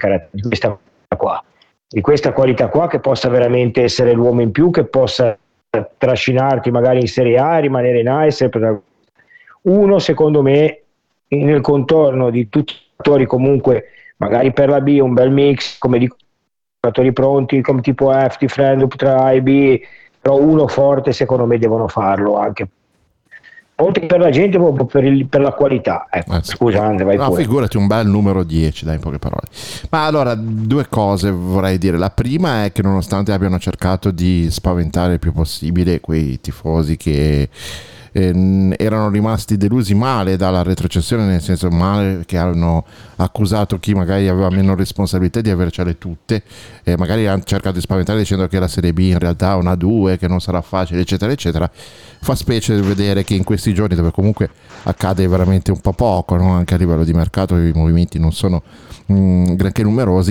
qualità qua, che possa veramente essere l'uomo in più, che possa trascinarti magari in Serie A, rimanere in A e sempre uno, secondo me, nel contorno di tutti i giocatori, comunque magari per la B un bel mix, come dico, giocatori pronti come tipo F, di Friend tra A e B, però uno forte secondo me devono farlo, anche oltre per la gente, per la qualità. Scusa Andre, vai pure. Figurati, un bel numero 10, dai, in poche parole. Ma allora, 2 cose vorrei dire. La prima è che nonostante abbiano cercato di spaventare il più possibile quei tifosi che erano rimasti delusi male dalla retrocessione, nel senso male che hanno accusato chi magari aveva meno responsabilità di avercele tutte, e magari hanno cercato di spaventare dicendo che la Serie B in realtà è una 2, che non sarà facile, eccetera eccetera. Fa specie vedere che in questi giorni, dove comunque accade veramente un po' poco, no? Anche a livello di mercato i movimenti non sono granché numerosi,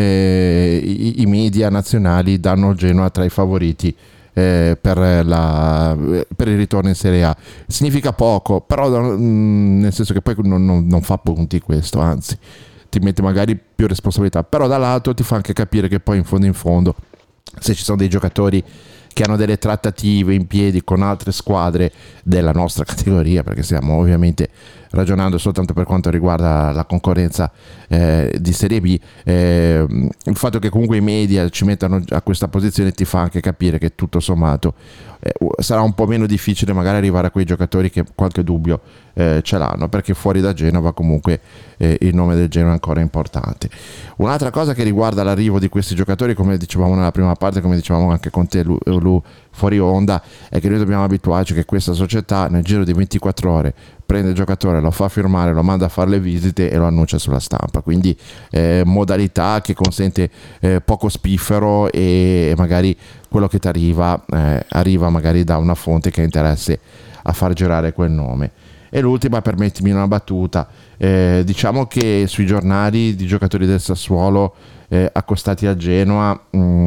i media nazionali danno il Genoa tra i favoriti per il ritorno in Serie A. Significa poco, però nel senso che poi non fa punti questo, anzi ti mette magari più responsabilità, però dall'altro ti fa anche capire che poi in fondo se ci sono dei giocatori che hanno delle trattative in piedi con altre squadre della nostra categoria, perché stiamo ovviamente ragionando soltanto per quanto riguarda la concorrenza di Serie B, il fatto che comunque i media ci mettano a questa posizione ti fa anche capire che tutto sommato sarà un po' meno difficile magari arrivare a quei giocatori che qualche dubbio ce l'hanno, perché fuori da Genova comunque il nome del Genoa è ancora importante. Un'altra cosa che riguarda l'arrivo di questi giocatori, come dicevamo nella prima parte, come dicevamo anche con te Lu fuori onda, è che noi dobbiamo abituarci che questa società nel giro di 24 ore prende il giocatore, lo fa firmare, lo manda a fare le visite e lo annuncia sulla stampa, quindi modalità che consente poco spiffero, e magari quello che ti arriva magari da una fonte che ha interesse a far girare quel nome. E l'ultima, permettimi una battuta, diciamo che sui giornali di giocatori del Sassuolo accostati a Genoa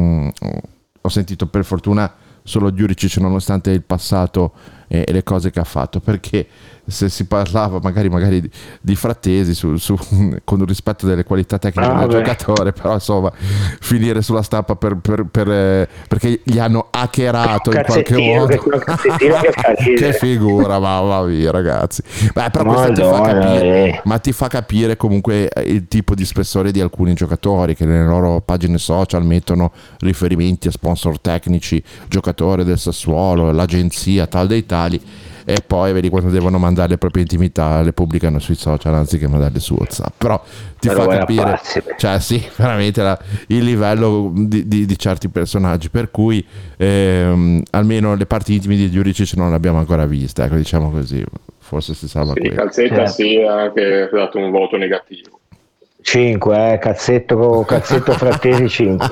ho sentito per fortuna solo Djuricic, nonostante il passato e le cose che ha fatto, perché se si parlava magari di Frattesi con il rispetto delle qualità tecniche del giocatore, però insomma finire sulla stampa perché gli hanno hackerato in qualche modo che figura, va via ragazzi. Beh, però questo ti fa capire comunque il tipo di spessore di alcuni giocatori che nelle loro pagine social mettono riferimenti a sponsor tecnici, giocatore del Sassuolo, l'agenzia tal dei tali, e poi vedi quando devono mandare le proprie intimità le pubblicano sui social anziché mandarle su WhatsApp. Però ti fa capire, cioè sì, veramente il livello di certi personaggi, per cui almeno le parti intime di Djuricic non le abbiamo ancora viste, ecco, diciamo così, forse si salva qui. Calzetta sì, ha anche dato un voto negativo. 5, cazzetto Frattesi 5.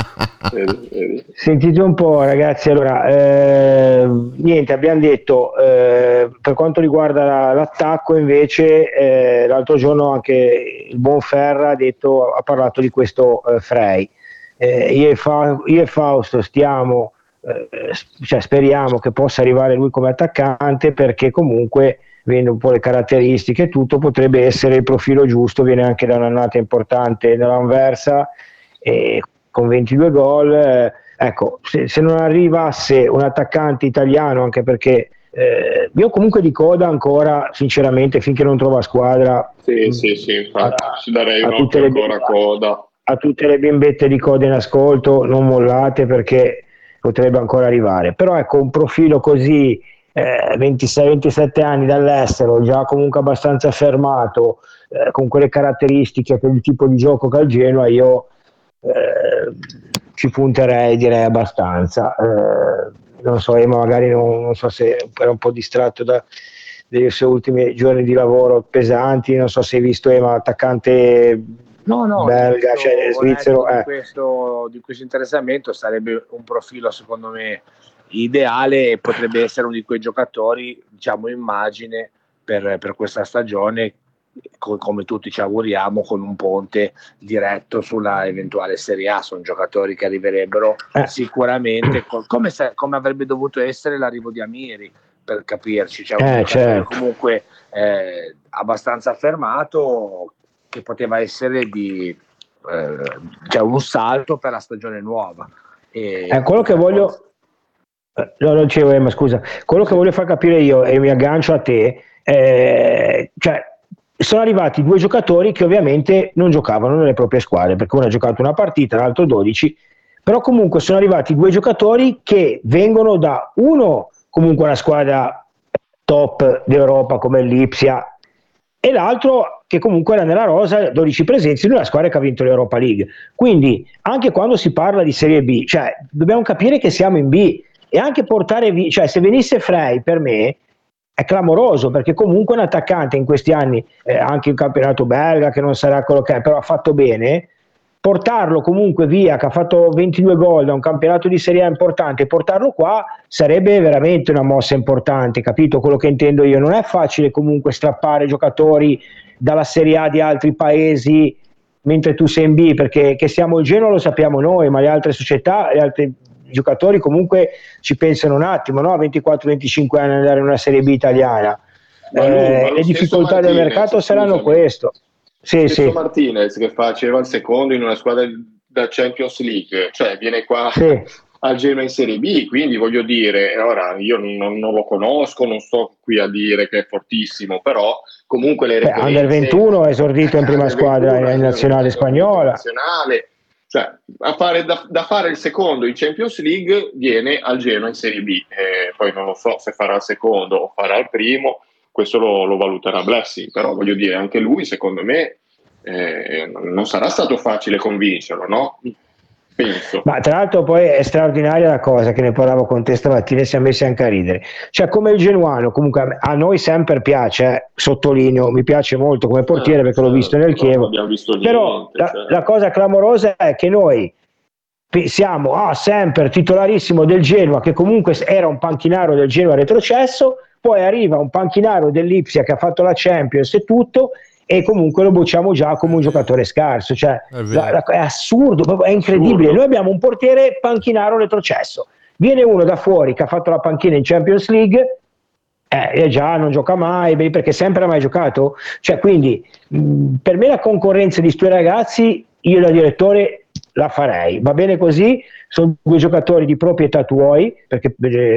Sentite un po' ragazzi, allora niente, abbiamo detto per quanto riguarda l'attacco invece l'altro giorno anche il buon Ferra ha parlato di questo Frey, io e Fausto stiamo speriamo che possa arrivare lui come attaccante, perché comunque vedendo un po' le caratteristiche e tutto potrebbe essere il profilo giusto, viene anche da un'annata importante nell'Anversa con 22 gol, ecco, se non arrivasse un attaccante italiano, anche perché io comunque di coda ancora sinceramente finché non trova squadra sì infatti ci darei un occhio ancora Coda, a tutte le bimbette di coda in ascolto, non mollate perché potrebbe ancora arrivare, però ecco un profilo così 26-27 anni dall'estero, già comunque abbastanza affermato, con quelle caratteristiche, quel tipo di gioco che ha il Genoa, io ci punterei, direi abbastanza. Non so, Ema magari non so se era un po' distratto dai suoi ultimi giorni di lavoro pesanti, non so se hai visto Ema, attaccante belga, svizzero. Di questo interessamento sarebbe un profilo secondo me ideale e potrebbe essere uno di quei giocatori, diciamo, immagine per questa stagione, come tutti ci auguriamo, con un ponte diretto sulla eventuale Serie A. Sono giocatori che arriverebbero sicuramente come avrebbe dovuto essere l'arrivo di Amiri, per capirci, certo. Comunque abbastanza affermato, che poteva essere un salto per la stagione nuova. Quello che voglio non dicevo, ma scusa, quello che voglio far capire io, e mi aggancio a te, sono arrivati due giocatori che ovviamente non giocavano nelle proprie squadre, perché uno ha giocato una partita, l'altro 12, però comunque sono arrivati due giocatori che vengono da comunque una squadra top d'Europa come l'Ipsia, e l'altro che comunque era nella rosa, 12 presenze in una squadra che ha vinto l'Europa League. Quindi anche quando si parla di Serie B, dobbiamo capire che siamo in B, e anche portare se venisse Frey, per me è clamoroso, perché comunque un attaccante in questi anni, anche in campionato belga, che non sarà quello che è, però ha fatto bene, portarlo comunque via, che ha fatto 22 gol da un campionato di Serie A importante, portarlo qua sarebbe veramente una mossa importante, capito quello che intendo io? Non è facile comunque strappare giocatori dalla Serie A di altri paesi mentre tu sei in B, perché che siamo il Genoa lo sappiamo noi, ma le altre società, gli altri giocatori comunque ci pensano un attimo, no? A 24-25 anni andare in una Serie B italiana. Ma le difficoltà del mercato saranno questo. Sì, stesso sì. Martinez che faceva il secondo in una squadra da Champions League, cioè viene qua al Genoa in Serie B, quindi voglio dire, ora io non lo conosco, non sto qui a dire che è fortissimo, però comunque le referenze... Under 21 è esordito in prima squadra in nazionale spagnola. Cioè, da fare il secondo in Champions League viene al Genoa in Serie B, poi non lo so se farà il secondo o farà il primo, questo lo valuterà Blessing, però voglio dire, anche lui secondo me non sarà stato facile convincerlo, no? Penso. Ma tra l'altro poi è straordinaria la cosa, che ne parlavo con te stamattina e siamo messi anche a ridere, cioè come il genuano comunque a noi sempre piace, sottolineo, mi piace molto come portiere perché l'ho visto nel Chievo, però la cosa clamorosa è che noi siamo sempre titolarissimo del Genoa, che comunque era un panchinaro del Genoa retrocesso, poi arriva un panchinaro dell'Ipsia che ha fatto la Champions e tutto, e comunque lo bocciamo già come un giocatore scarso, cioè è assurdo, è incredibile. Noi abbiamo un portiere panchinaro retrocesso, viene uno da fuori che ha fatto la panchina in Champions League e già non gioca mai, perché sempre ha mai giocato, cioè quindi per me la concorrenza di sti ragazzi io da direttore la farei, va bene così, sono due giocatori di proprietà tuoi, perché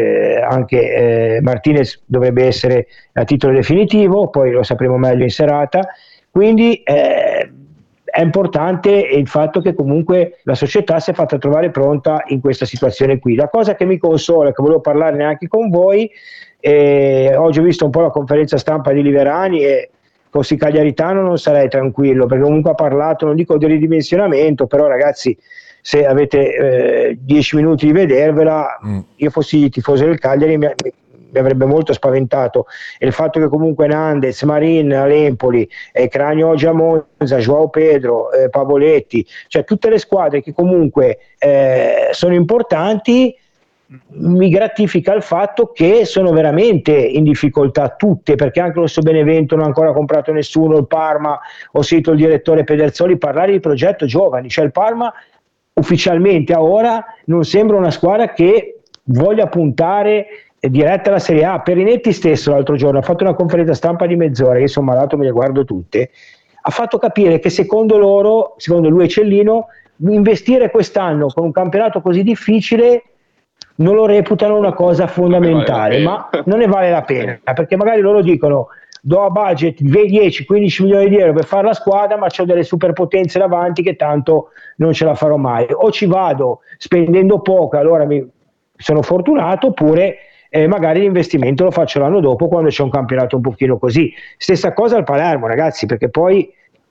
anche Martinez dovrebbe essere a titolo definitivo, poi lo sapremo meglio in serata, quindi è importante il fatto che comunque la società si è fatta trovare pronta in questa situazione qui. La cosa che mi consola, che volevo parlarne anche con voi, oggi ho visto un po' la conferenza stampa di Liverani e fossi cagliaritano non sarei tranquillo, perché comunque ha parlato, non dico di ridimensionamento, però ragazzi, se avete 10 minuti di vedervela, io fossi tifoso del Cagliari mi avrebbe molto spaventato, e il fatto che comunque Nandez, Marin all'Empoli, Cranio oggi a Monza, Joao Pedro, Pavoletti, cioè tutte le squadre che comunque sono importanti, mi gratifica il fatto che sono veramente in difficoltà tutte, perché anche lo Benevento non ha ancora comprato nessuno, il Parma, ho sentito il direttore Pederzoli parlare di progetto giovani, cioè il Parma ufficialmente a ora non sembra una squadra che voglia puntare diretta alla Serie A. Perinetti stesso l'altro giorno ha fatto una conferenza stampa di mezz'ora, io sono malato, me le guardo tutte, ha fatto capire che secondo lui e Cellino, investire quest'anno con un campionato così difficile non lo reputano una cosa fondamentale, ma non ne vale la pena, perché magari loro dicono do a budget 10-15 milioni di euro per fare la squadra, ma c'ho delle superpotenze davanti che tanto non ce la farò mai, o ci vado spendendo poco, allora sono fortunato, oppure magari l'investimento lo faccio l'anno dopo quando c'è un campionato un pochino così. Stessa cosa al Palermo, ragazzi, perché poi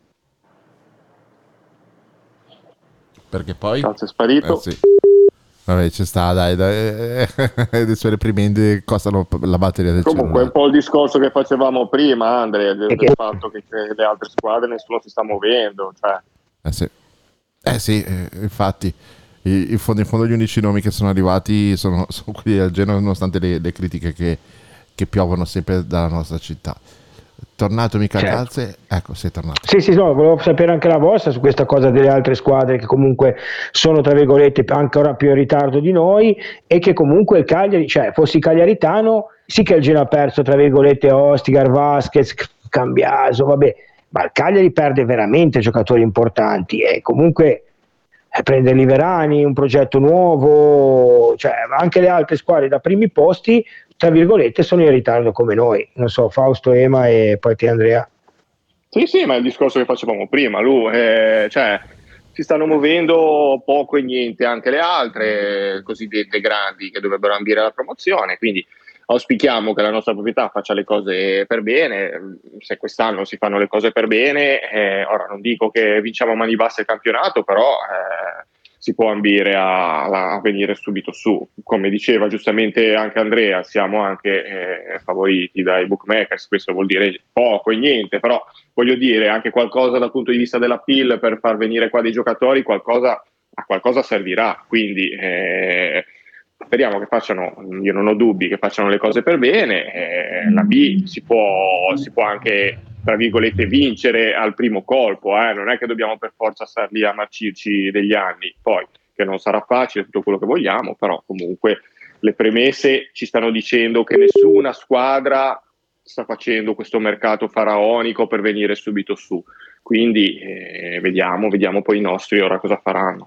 Cazzo, è sparito. Sì. Vabbè, ci sta, dai. Le sue reprimende costano la batteria del Comunque cellulare. è un po' il discorso che facevamo prima, Andrea, del fatto che le altre squadre nessuno si sta muovendo, cioè. Sì, infatti in fondo gli unici nomi che sono arrivati sono quelli del Genoa, nonostante le critiche che piovono sempre dalla nostra città. Tornato Mica Calze, ecco, sei tornato. Sì, no, volevo sapere anche la vostra su questa cosa delle altre squadre che comunque sono tra virgolette ancora più in ritardo di noi, e che comunque il Cagliari, cioè fossi cagliaritano, sì che il Genoa ha perso tra virgolette Ostigar, Vasquez, Cambiaso, vabbè, ma il Cagliari perde veramente giocatori importanti, e comunque prendere Liverani, un progetto nuovo, cioè anche le altre squadre da primi posti tra virgolette sono in ritardo come noi, non so, Fausto, Ema e poi te Andrea. Sì, ma è il discorso che facevamo prima, cioè si stanno muovendo poco e niente anche le altre cosiddette grandi che dovrebbero ambire alla promozione, quindi auspichiamo che la nostra proprietà faccia le cose per bene. Se quest'anno si fanno le cose per bene, ora non dico che vinciamo a mani basse il campionato, però si può ambire a venire subito su. Come diceva giustamente anche Andrea, siamo anche favoriti dai bookmakers, questo vuol dire poco e niente, però voglio dire anche qualcosa dal punto di vista dell'appeal per far venire qua dei giocatori, a qualcosa servirà, quindi speriamo che facciano, io non ho dubbi che facciano le cose per bene. La B si può anche, tra virgolette, vincere al primo colpo, non è che dobbiamo per forza star lì a marcirci degli anni, poi che non sarà facile tutto quello che vogliamo, però comunque le premesse ci stanno dicendo che nessuna squadra sta facendo questo mercato faraonico per venire subito su, quindi vediamo poi i nostri ora cosa faranno.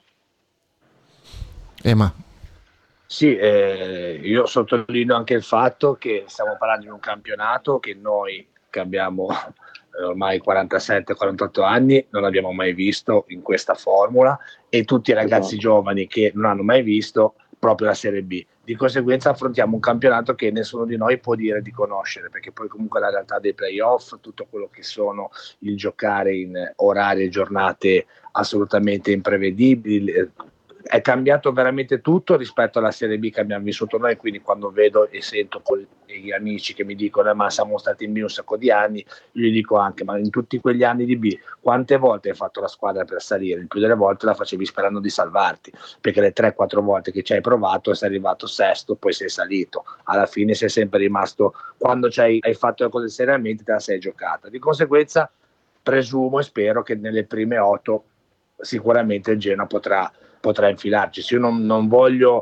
Ma sì, io sottolineo anche il fatto che stiamo parlando di un campionato che noi, che abbiamo ormai 47-48 anni, non abbiamo mai visto in questa formula, e tutti i ragazzi giovani che non hanno mai visto proprio la Serie B. Di conseguenza affrontiamo un campionato che nessuno di noi può dire di conoscere, perché poi comunque la realtà dei playoff, tutto quello che sono il giocare in orari e giornate assolutamente imprevedibili, è cambiato veramente tutto rispetto alla Serie B che abbiamo vissuto noi. Quindi quando vedo e sento colleghi, amici che mi dicono ma siamo stati in B un sacco di anni, io gli dico anche, ma in tutti quegli anni di B quante volte hai fatto la squadra per salire? Il più delle volte la facevi sperando di salvarti, perché le 3-4 volte che ci hai provato sei arrivato sesto, poi sei salito, alla fine sei sempre rimasto, quando hai fatto le cose seriamente te la sei giocata. Di conseguenza presumo e spero che nelle prime 8 sicuramente il Genoa potrà infilarci. Io non voglio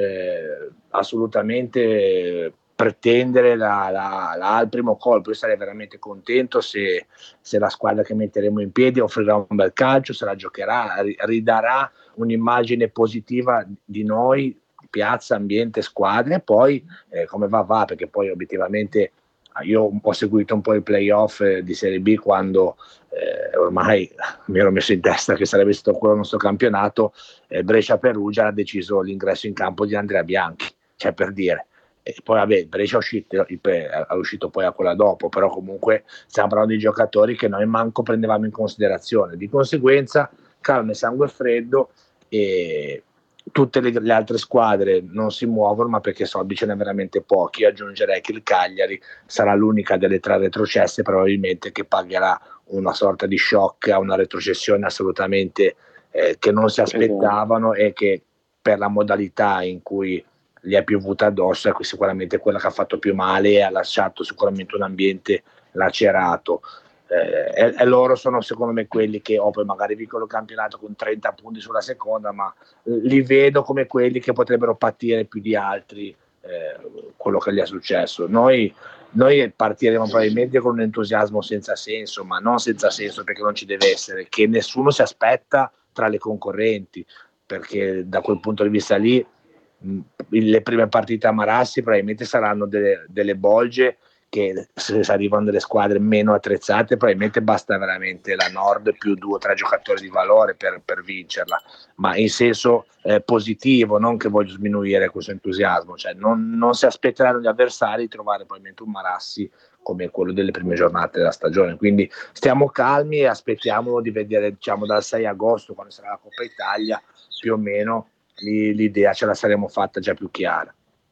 assolutamente pretendere al primo colpo. Io sarei veramente contento se la squadra che metteremo in piedi offrirà un bel calcio, se la giocherà, ridarà un'immagine positiva di noi, piazza, ambiente, squadre, e poi come va, perché poi obiettivamente io ho seguito un po' i playoff di Serie B quando ormai mi ero messo in testa che sarebbe stato quello il nostro campionato. Brescia-Perugia ha deciso l'ingresso in campo di Andrea Bianchi, cioè per dire. E poi vabbè, Brescia è uscito poi a quella dopo, però comunque stiamo parlando di giocatori che noi manco prendevamo in considerazione. Di conseguenza calma e sangue freddo, e tutte le altre squadre non si muovono, ma perché soldi ce n'è veramente pochi. Io aggiungerei che il Cagliari sarà l'unica delle 3 retrocesse probabilmente che pagherà una sorta di shock a una retrocessione assolutamente che non si aspettavano, e che per la modalità in cui gli è piovuta addosso è sicuramente quella che ha fatto più male e ha lasciato sicuramente un ambiente lacerato. E loro sono secondo me quelli che poi magari vincono il campionato con 30 punti sulla seconda, ma li vedo come quelli che potrebbero patire più di altri quello che gli è successo. Noi partiremo probabilmente con un entusiasmo senza senso, ma non senza senso perché non ci deve essere, che nessuno si aspetta tra le concorrenti, perché da quel punto di vista lì le prime partite a Marassi probabilmente saranno delle bolge, che se arrivano delle squadre meno attrezzate probabilmente basta veramente la Nord più 2 o 3 giocatori di valore per vincerla, ma in senso positivo, non che voglio sminuire questo entusiasmo, cioè non si aspetteranno gli avversari di trovare probabilmente un Marassi come quello delle prime giornate della stagione, quindi stiamo calmi e aspettiamo di vedere, diciamo, dal 6 agosto quando sarà la Coppa Italia più o meno l'idea ce la saremo fatta già più chiara.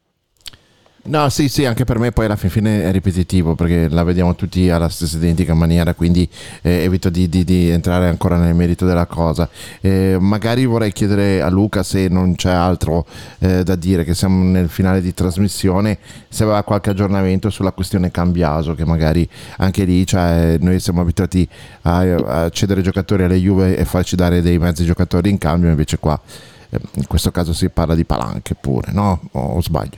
No, sì, anche per me poi alla fine è ripetitivo perché la vediamo tutti alla stessa identica maniera, quindi evito di entrare ancora nel merito della cosa. Magari vorrei chiedere a Luca, se non c'è altro da dire, che siamo nel finale di trasmissione, se aveva qualche aggiornamento sulla questione Cambiaso, che magari anche lì, cioè, noi siamo abituati a cedere giocatori alle Juve e farci dare dei mezzi giocatori in cambio, invece qua in questo caso si parla di palanche pure, no? O sbaglio?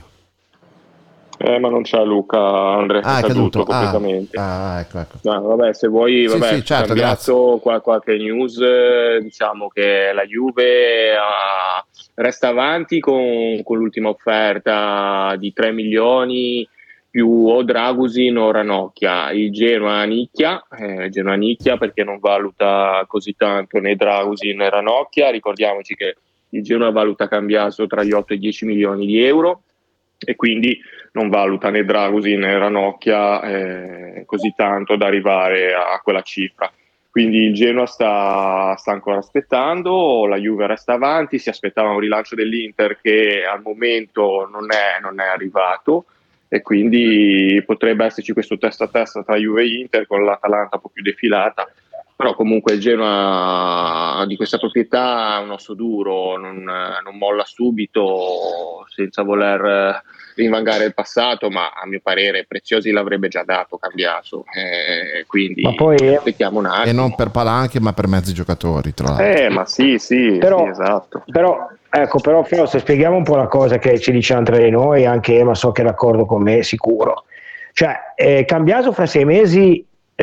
Ma non c'è Luca, Andrea, è caduto completamente. Ecco. No, vabbè, se vuoi, sì, certo, cambiato qualche news, diciamo che la Juve resta avanti con l'ultima offerta di 3 milioni più o Dragusin o Ranocchia. Il Genoa nicchia perché non valuta così tanto né Dragusin né Ranocchia. Ricordiamoci che il Genoa valuta Cambiaso tra gli 8 e i 10 milioni di euro e quindi non valuta né Dragusin né Ranocchia così tanto da arrivare a quella cifra. quindi il Genoa sta ancora aspettando, la Juve resta avanti, si aspettava un rilancio dell'Inter che al momento non è arrivato, e quindi potrebbe esserci questo testa a testa tra Juve e Inter con l'Atalanta un po' più defilata. Però comunque il Genoa di questa proprietà è un osso duro, non molla subito senza voler rinvangare il passato, ma a mio parere Preziosi l'avrebbe già dato Cambiaso, quindi aspettiamo un attimo. E non per palanche ma per mezzi giocatori, tra l'altro. Ma sì, però, sì, esatto. Però se spieghiamo un po' la cosa che ci diciamo tra di noi, anche Ema so che è d'accordo con me, sicuro. Cioè, Cambiaso fra 6 mesi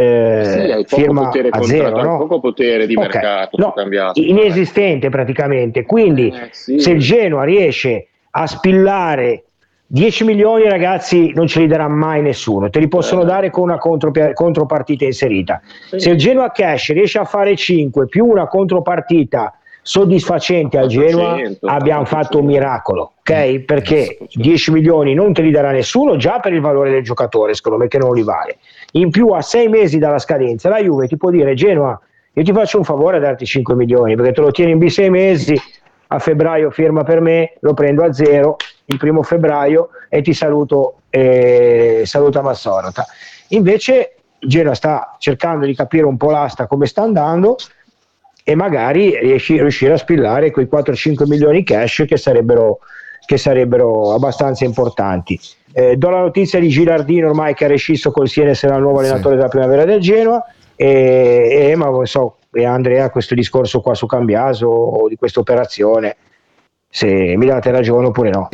hai poco firma potere a zero, no? poco potere di mercato, no, Cambiaso, inesistente praticamente. Quindi se il Genoa riesce a spillare 10 milioni, ragazzi, non ce li darà mai nessuno, te li possono dare con una contropartita inserita. Se il Genoa Cash riesce a fare 5 più una contropartita soddisfacente al Genoa, abbiamo fatto un miracolo, ok? Perché 10 milioni non te li darà nessuno, già per il valore del giocatore, secondo me, che non li vale. In più, a 6 mesi dalla scadenza, la Juve ti può dire: Genoa, io ti faccio un favore a darti 5 milioni, perché te lo tieni in B6 mesi, a febbraio firma per me, lo prendo a zero il 1 febbraio e ti saluto, saluta Massorata. Invece Genoa sta cercando di capire un po' l'asta come sta andando, e magari riuscire a spillare quei 4-5 milioni cash che sarebbero abbastanza importanti. Do la notizia di Gilardino ormai che ha rescisso col Siena e sarà il nuovo allenatore della primavera del Genoa, ma non so, e Andrea, questo discorso qua su Cambiaso o di questa operazione, se mi date ragione oppure no.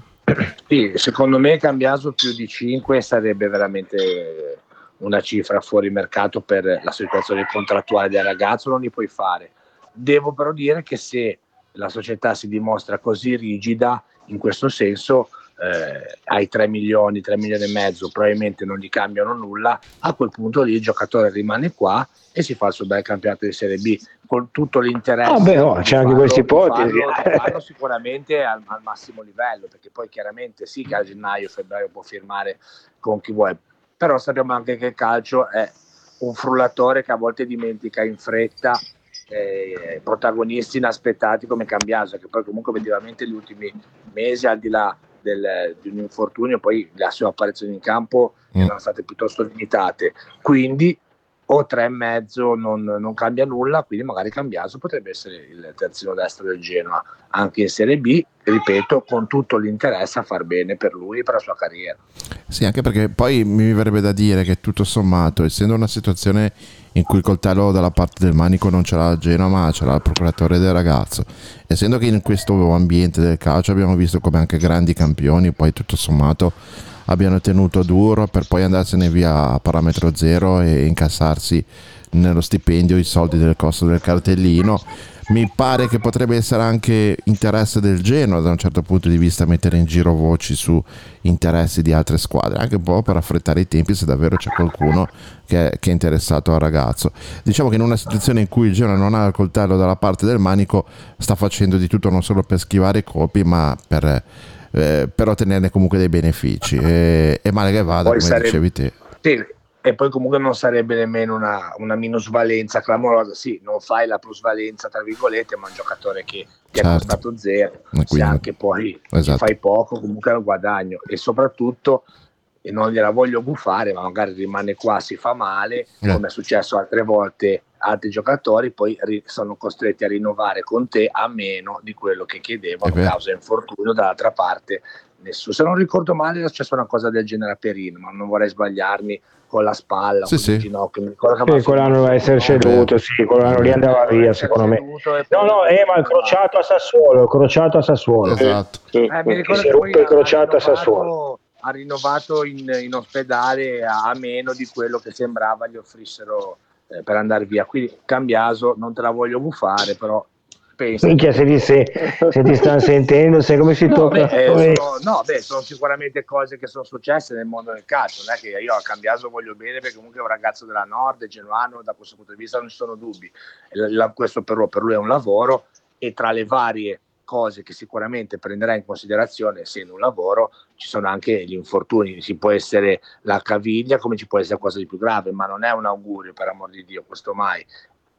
Sì, secondo me Cambiaso più di 5 sarebbe veramente una cifra fuori mercato per la situazione contrattuale del ragazzo, non li puoi fare. Devo però dire che se la società si dimostra così rigida in questo senso, ai 3 milioni e mezzo probabilmente non gli cambiano nulla, a quel punto lì il giocatore rimane qua e si fa il suo bel campionato di Serie B con tutto l'interesse. C'è anche questa ipotesi. Farlo sicuramente al massimo livello, perché poi chiaramente sì che a gennaio, febbraio può firmare con chi vuole, però sappiamo anche che il calcio è un frullatore che a volte dimentica in fretta protagonisti inaspettati come Cambiaso, che poi comunque effettivamente gli ultimi mesi, al di là di un infortunio, poi le sue apparizioni in campo erano state piuttosto limitate, quindi o 3,5 non cambia nulla, quindi magari Cambiaso potrebbe essere il terzino destro del Genoa anche in Serie B, ripeto, con tutto l'interesse a far bene per lui e per la sua carriera. Sì, anche perché poi mi verrebbe da dire che tutto sommato, essendo una situazione in cui il coltello dalla parte del manico non ce l'ha il Genoa ma ce l'ha il procuratore del ragazzo, essendo che in questo ambiente del calcio abbiamo visto come anche grandi campioni poi tutto sommato abbiano tenuto duro per poi andarsene via a parametro zero e incassarsi nello stipendio i soldi del costo del cartellino, mi pare che potrebbe essere anche interesse del Genoa da un certo punto di vista mettere in giro voci su interessi di altre squadre, anche un po' per affrettare i tempi se davvero c'è qualcuno che è interessato al ragazzo. Diciamo che in una situazione in cui il Genoa non ha il coltello dalla parte del manico sta facendo di tutto non solo per schivare i colpi ma per ottenerne comunque dei benefici, e male che vada, poi come dicevi te. Sì, e poi comunque non sarebbe nemmeno una minusvalenza clamorosa, sì, non fai la plusvalenza tra virgolette, ma un giocatore che ti è costato zero, se anche poi fai poco comunque è un guadagno, e soprattutto, e non gliela voglio gufare, ma magari rimane qua, si fa male, come è successo altre volte, altri giocatori poi sono costretti a rinnovare con te a meno di quello che chiedevano a causa infortunio. Dall'altra parte nessuno, se non ricordo male è successa una cosa del genere a Perino, ma non vorrei sbagliarmi, con la spalla, con il ginocchio, mi ricordo che quell'anno deve essere ceduto, sì, quell'anno lì andava via secondo me, ma il crociato a Sassuolo, esatto. Mi ricordo si ruppe il crociato a Sassuolo, ha rinnovato in ospedale a meno di quello che sembrava gli offrissero per andare via, quindi Cambiaso non te la voglio buffare, però penso se ti stanno sentendo, sai come si tocca. Sono sicuramente cose che sono successe nel mondo del calcio, non è che io a Cambiaso voglio bene, perché comunque è un ragazzo della Nord, genuano, da questo punto di vista non ci sono dubbi, questo per lui è un lavoro, e tra le varie cose che sicuramente prenderà in considerazione essendo un lavoro ci sono anche gli infortuni, ci può essere la caviglia come ci può essere qualcosa di più grave, ma non è un augurio, per amor di Dio, questo mai,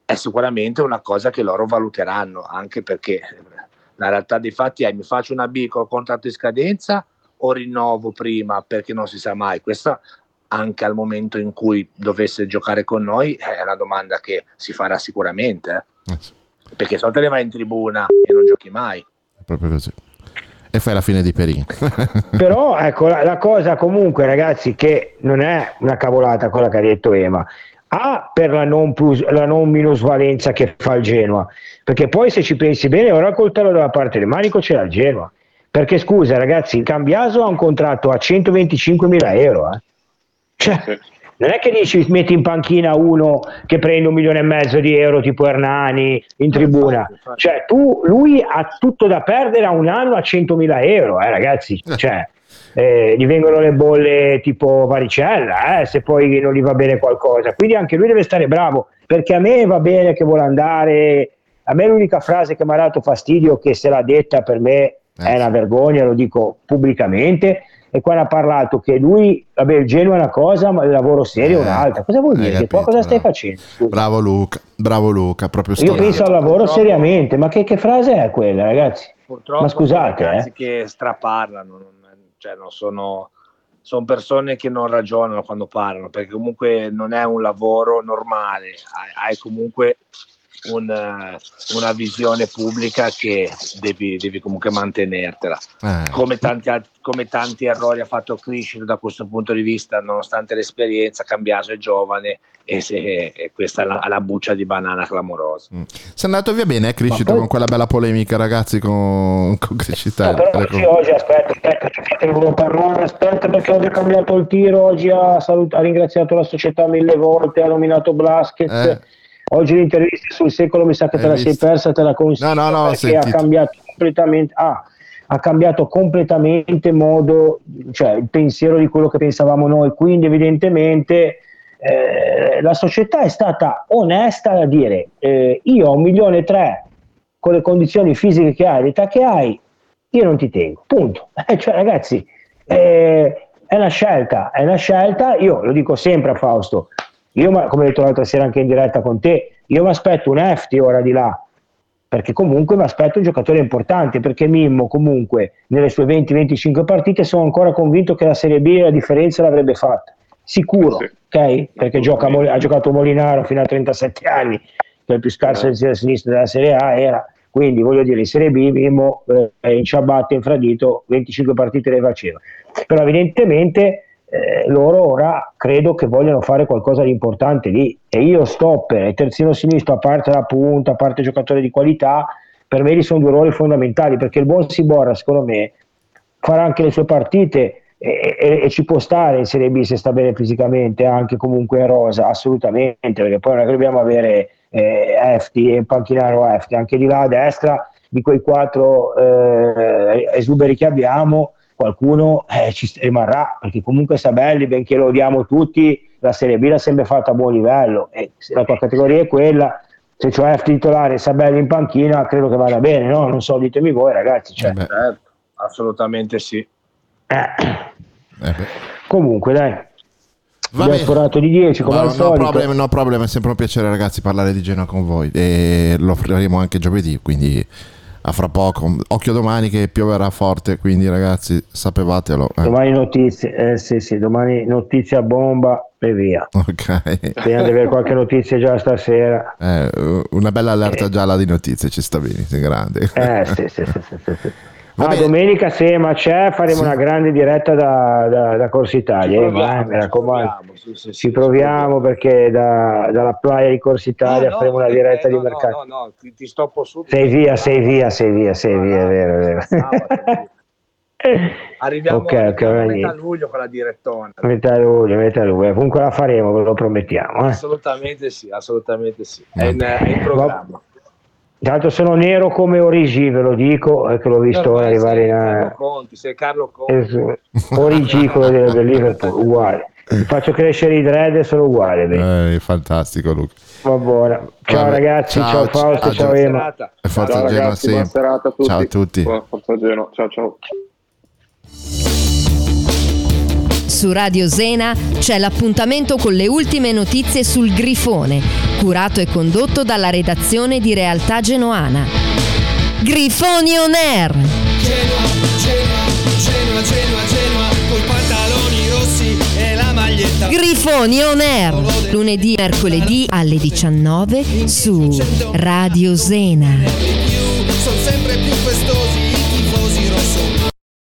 è sicuramente una cosa che loro valuteranno, anche perché la realtà dei fatti è: mi faccio una B con il contratto in scadenza o rinnovo prima, perché non si sa mai. Questa, anche al momento in cui dovesse giocare con noi, è una domanda che si farà sicuramente, perché se no te ne vai in tribuna e non giochi mai. È proprio così. E fai la fine di Perin. Però ecco la cosa comunque, ragazzi, che non è una cavolata quella che ha detto Ema, per la non minusvalenza che fa il Genoa, perché poi se ci pensi bene, ora il coltello dalla parte del manico c'era il Genoa, perché scusa ragazzi, Cambiaso ha un contratto a 125.000 euro, cioè non è che dici metti in panchina uno che prende 1,5 milioni di euro tipo Hernani in tribuna, cioè lui ha tutto da perdere a un anno a 100.000 euro, ragazzi, cioè gli vengono le bolle tipo varicella, se poi non gli va bene qualcosa, quindi anche lui deve stare bravo, perché a me va bene che vuole andare, a me l'unica frase che mi ha dato fastidio, che se l'ha detta per me è una vergogna, lo dico pubblicamente, e quando ha parlato che lui, vabbè, il Genoa è una cosa ma il lavoro serio è un'altra. Cosa vuol dire? Capito, cosa stai facendo? Bravo Luca, proprio io penso al lavoro seriamente, ma che frase è quella, ragazzi? Purtroppo ma scusate, sono ragazzi che straparlano, non sono persone che non ragionano quando parlano, perché comunque non è un lavoro normale, hai comunque una visione pubblica che devi comunque mantenertela, come tanti errori ha fatto Criscito da questo punto di vista, nonostante l'esperienza. Cambiaso è giovane e questa è la buccia di banana clamorosa. Si è andato via bene Criscito con quella bella polemica, ragazzi, con Criscitelli. Però oggi aspetta, perché oggi ha cambiato il tiro, oggi ha ringraziato la società 1000 volte, ha nominato Blasquez. Oggi l'intervista sul Secolo mi sa che te la sei persa, te la consiglio, no, perché ha cambiato completamente modo, cioè il pensiero di quello che pensavamo noi, quindi evidentemente la società è stata onesta a dire io ho 1,3 milioni con le condizioni fisiche che hai, l'età che hai, io non ti tengo, punto. Cioè ragazzi, è una scelta, io lo dico sempre a Fausto. Io, come ho detto l'altra sera anche in diretta con te, io mi aspetto un Efti ora di là, perché comunque mi aspetto un giocatore importante, perché Mimmo comunque nelle sue 20-25 partite sono ancora convinto che la Serie B la differenza l'avrebbe fatta, sicuro, ok? Perché ha giocato Molinaro fino a 37 anni, che è il più scarso a sinistra della Serie A era, quindi voglio dire, in Serie B Mimmo in ciabatte, infradito, 25 partite le faceva, però evidentemente loro ora credo che vogliano fare qualcosa di importante lì, e io stopper e terzino sinistro, a parte la punta, a parte giocatori di qualità, per me sono due ruoli fondamentali, perché il buon Siborra secondo me farà anche le sue partite e ci può stare in Serie B se sta bene fisicamente, anche comunque in rosa, assolutamente, perché poi non è che dobbiamo avere Efti e Panchinaro Efti, anche di là a destra di quei 4 esuberi che abbiamo qualcuno ci rimarrà, perché comunque Sabelli, benché lo odiamo tutti, la Serie B l'ha sempre fatta a buon livello, e se la tua categoria è quella, se c'ho F titolare e Sabelli in panchina, credo che vada bene, no? Non so, ditemi voi ragazzi, certo, assolutamente sì. Comunque dai, abbiamo sforato di 10 come al solito. No problem, è sempre un piacere ragazzi parlare di Genoa con voi, e lo faremo anche giovedì, quindi a fra poco, occhio domani che pioverà forte, quindi ragazzi sapevatelo. Domani notizie, sì, domani notizie a bomba e via. Ok. Speriamo di avere qualche notizia già stasera. Una bella allerta gialla di notizie, ci sta bene, sei grande. Sì. Domenica se Ema c'è faremo una grande diretta da Corsa Italia, mi raccomando, ci proviamo perché dalla playa di Corsa Italia faremo una diretta di mercato. No, ti stoppo subito. Sei via, è vero. Arriviamo a metà luglio con la direttona. Metà luglio, comunque la faremo, ve lo promettiamo. Assolutamente sì, è in programma. Tanto sono nero come Origi, ve lo dico, che l'ho visto arrivare sei Carlo Conti. Origi, quello del Liverpool, uguale. Faccio crescere i dread e sono uguali. Fantastico Luca. Va buona. Ciao ragazzi, ciao Fausto, ciao Ema. Forza Genoa sempre. Buona serata a tutti. Ciao a tutti. Forza Genoa, ciao. Su Radio Zena c'è l'appuntamento con le ultime notizie sul Grifone, curato e condotto dalla redazione di Realtà Genoana. Grifoni on Air! Genoa, coi pantaloni rossi e la maglietta. Grifoni on Air, lunedì e mercoledì alle 19 su Radio Zena.